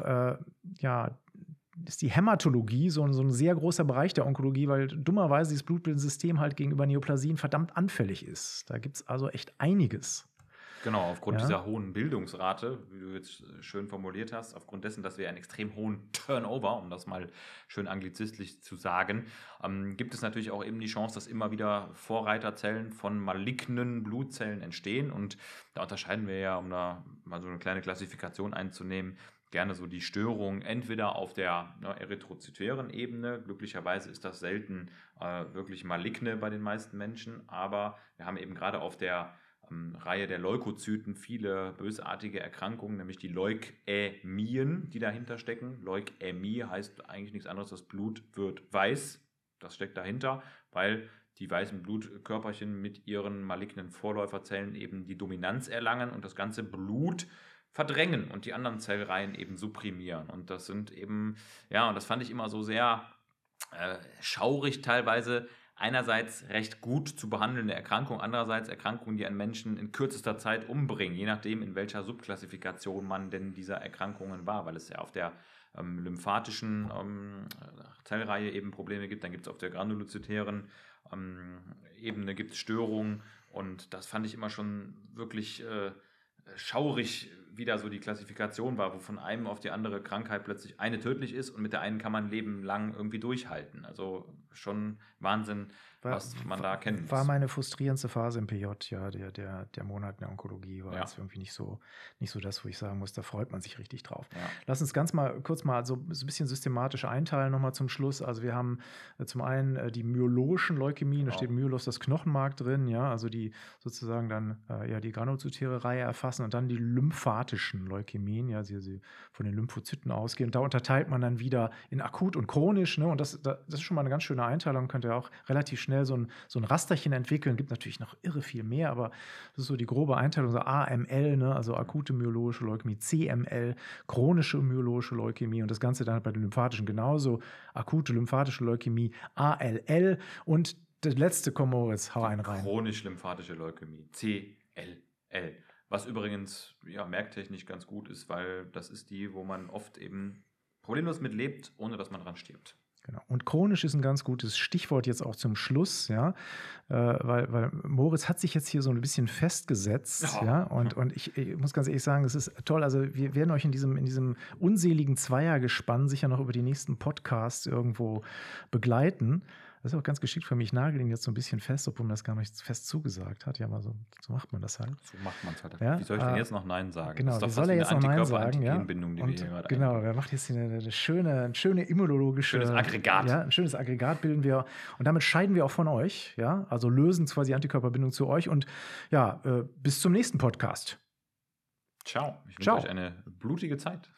ist die Hämatologie so ein sehr großer Bereich der Onkologie, weil dummerweise dieses Blutbildensystem halt gegenüber Neoplasien verdammt anfällig ist. Da gibt es also echt einiges. Genau, aufgrund dieser hohen Bildungsrate, wie du jetzt schön formuliert hast, aufgrund dessen, dass wir einen extrem hohen Turnover, um das mal schön anglizistisch zu sagen, gibt es natürlich auch eben die Chance, dass immer wieder Vorreiterzellen von malignen Blutzellen entstehen. Und da unterscheiden wir ja, um da mal so eine kleine Klassifikation einzunehmen, gerne so die Störung entweder auf der erythrozytären Ebene, glücklicherweise ist das selten wirklich maligne bei den meisten Menschen, aber wir haben eben gerade auf der Reihe der Leukozyten viele bösartige Erkrankungen, nämlich die Leukämien, die dahinter stecken. Leukämie heißt eigentlich nichts anderes, das Blut wird weiß, das steckt dahinter, weil die weißen Blutkörperchen mit ihren malignen Vorläuferzellen eben die Dominanz erlangen und das ganze Blut verdrängen und die anderen Zellreihen eben supprimieren. Und das sind eben, und das fand ich immer so sehr schaurig teilweise, einerseits recht gut zu behandelnde Erkrankungen, andererseits Erkrankungen, die einen Menschen in kürzester Zeit umbringen, je nachdem, in welcher Subklassifikation man denn dieser Erkrankungen war, weil es ja auf der lymphatischen Zellreihe eben Probleme gibt, dann gibt es auf der granulozytären Ebene gibt es Störungen und das fand ich immer schon wirklich schaurig, wie da so die Klassifikation war, wo von einem auf die andere Krankheit plötzlich eine tödlich ist und mit der einen kann man Leben lang irgendwie durchhalten. Also schon Wahnsinn, was man da kennt. War meine frustrierendste Phase im PJ, der Monat in der Onkologie war jetzt irgendwie nicht so das, wo ich sagen muss, da freut man sich richtig drauf. Ja. Lass uns kurz mal so ein bisschen systematisch einteilen nochmal zum Schluss. Also wir haben zum einen die myologischen Leukämien, da steht Myelos das Knochenmark drin, also die sozusagen dann die granulozytäre Reihe erfassen und dann die lymphatischen lymphatischen Leukämien, ja, sie von den Lymphozyten ausgehen. Und da unterteilt man dann wieder in akut und chronisch, ne? Und das ist schon mal eine ganz schöne Einteilung. Könnt ihr auch relativ schnell so ein Rasterchen entwickeln. Gibt natürlich noch irre viel mehr, aber das ist so die grobe Einteilung, so AML, ne? Also akute myologische Leukämie, CML, chronische myologische Leukämie und das Ganze dann bei den lymphatischen genauso, akute lymphatische Leukämie, ALL und der letzte, komm Moritz, hau einen rein. Chronisch-lymphatische Leukämie, CLL. Was übrigens merktechnisch ganz gut ist, weil das ist die, wo man oft eben problemlos mit lebt, ohne dass man dran stirbt. Genau. Und chronisch ist ein ganz gutes Stichwort jetzt auch zum Schluss, ja, weil Moritz hat sich jetzt hier so ein bisschen festgesetzt, ja, und ich muss ganz ehrlich sagen, es ist toll, also wir werden euch in diesem unseligen Zweiergespann sicher noch über die nächsten Podcasts irgendwo begleiten. Das ist auch ganz geschickt für mich. Ich nagel ihn jetzt so ein bisschen fest, obwohl man das gar nicht fest zugesagt hat. Ja, aber so macht man das halt. So macht man es halt. Ja, wie soll ich denn jetzt noch Nein sagen? Genau, das wie soll er jetzt noch Nein sagen? Ja? Antigenbindung, die wir hier gerade genau, er macht jetzt hier eine schöne immunologische... Schönes Aggregat. Ja, ein schönes Aggregat bilden wir. Und damit scheiden wir auch von euch. Ja, also lösen quasi Antikörperbindung zu euch. Und ja, bis zum nächsten Podcast. Ciao. Ich wünsche euch eine blutige Zeit.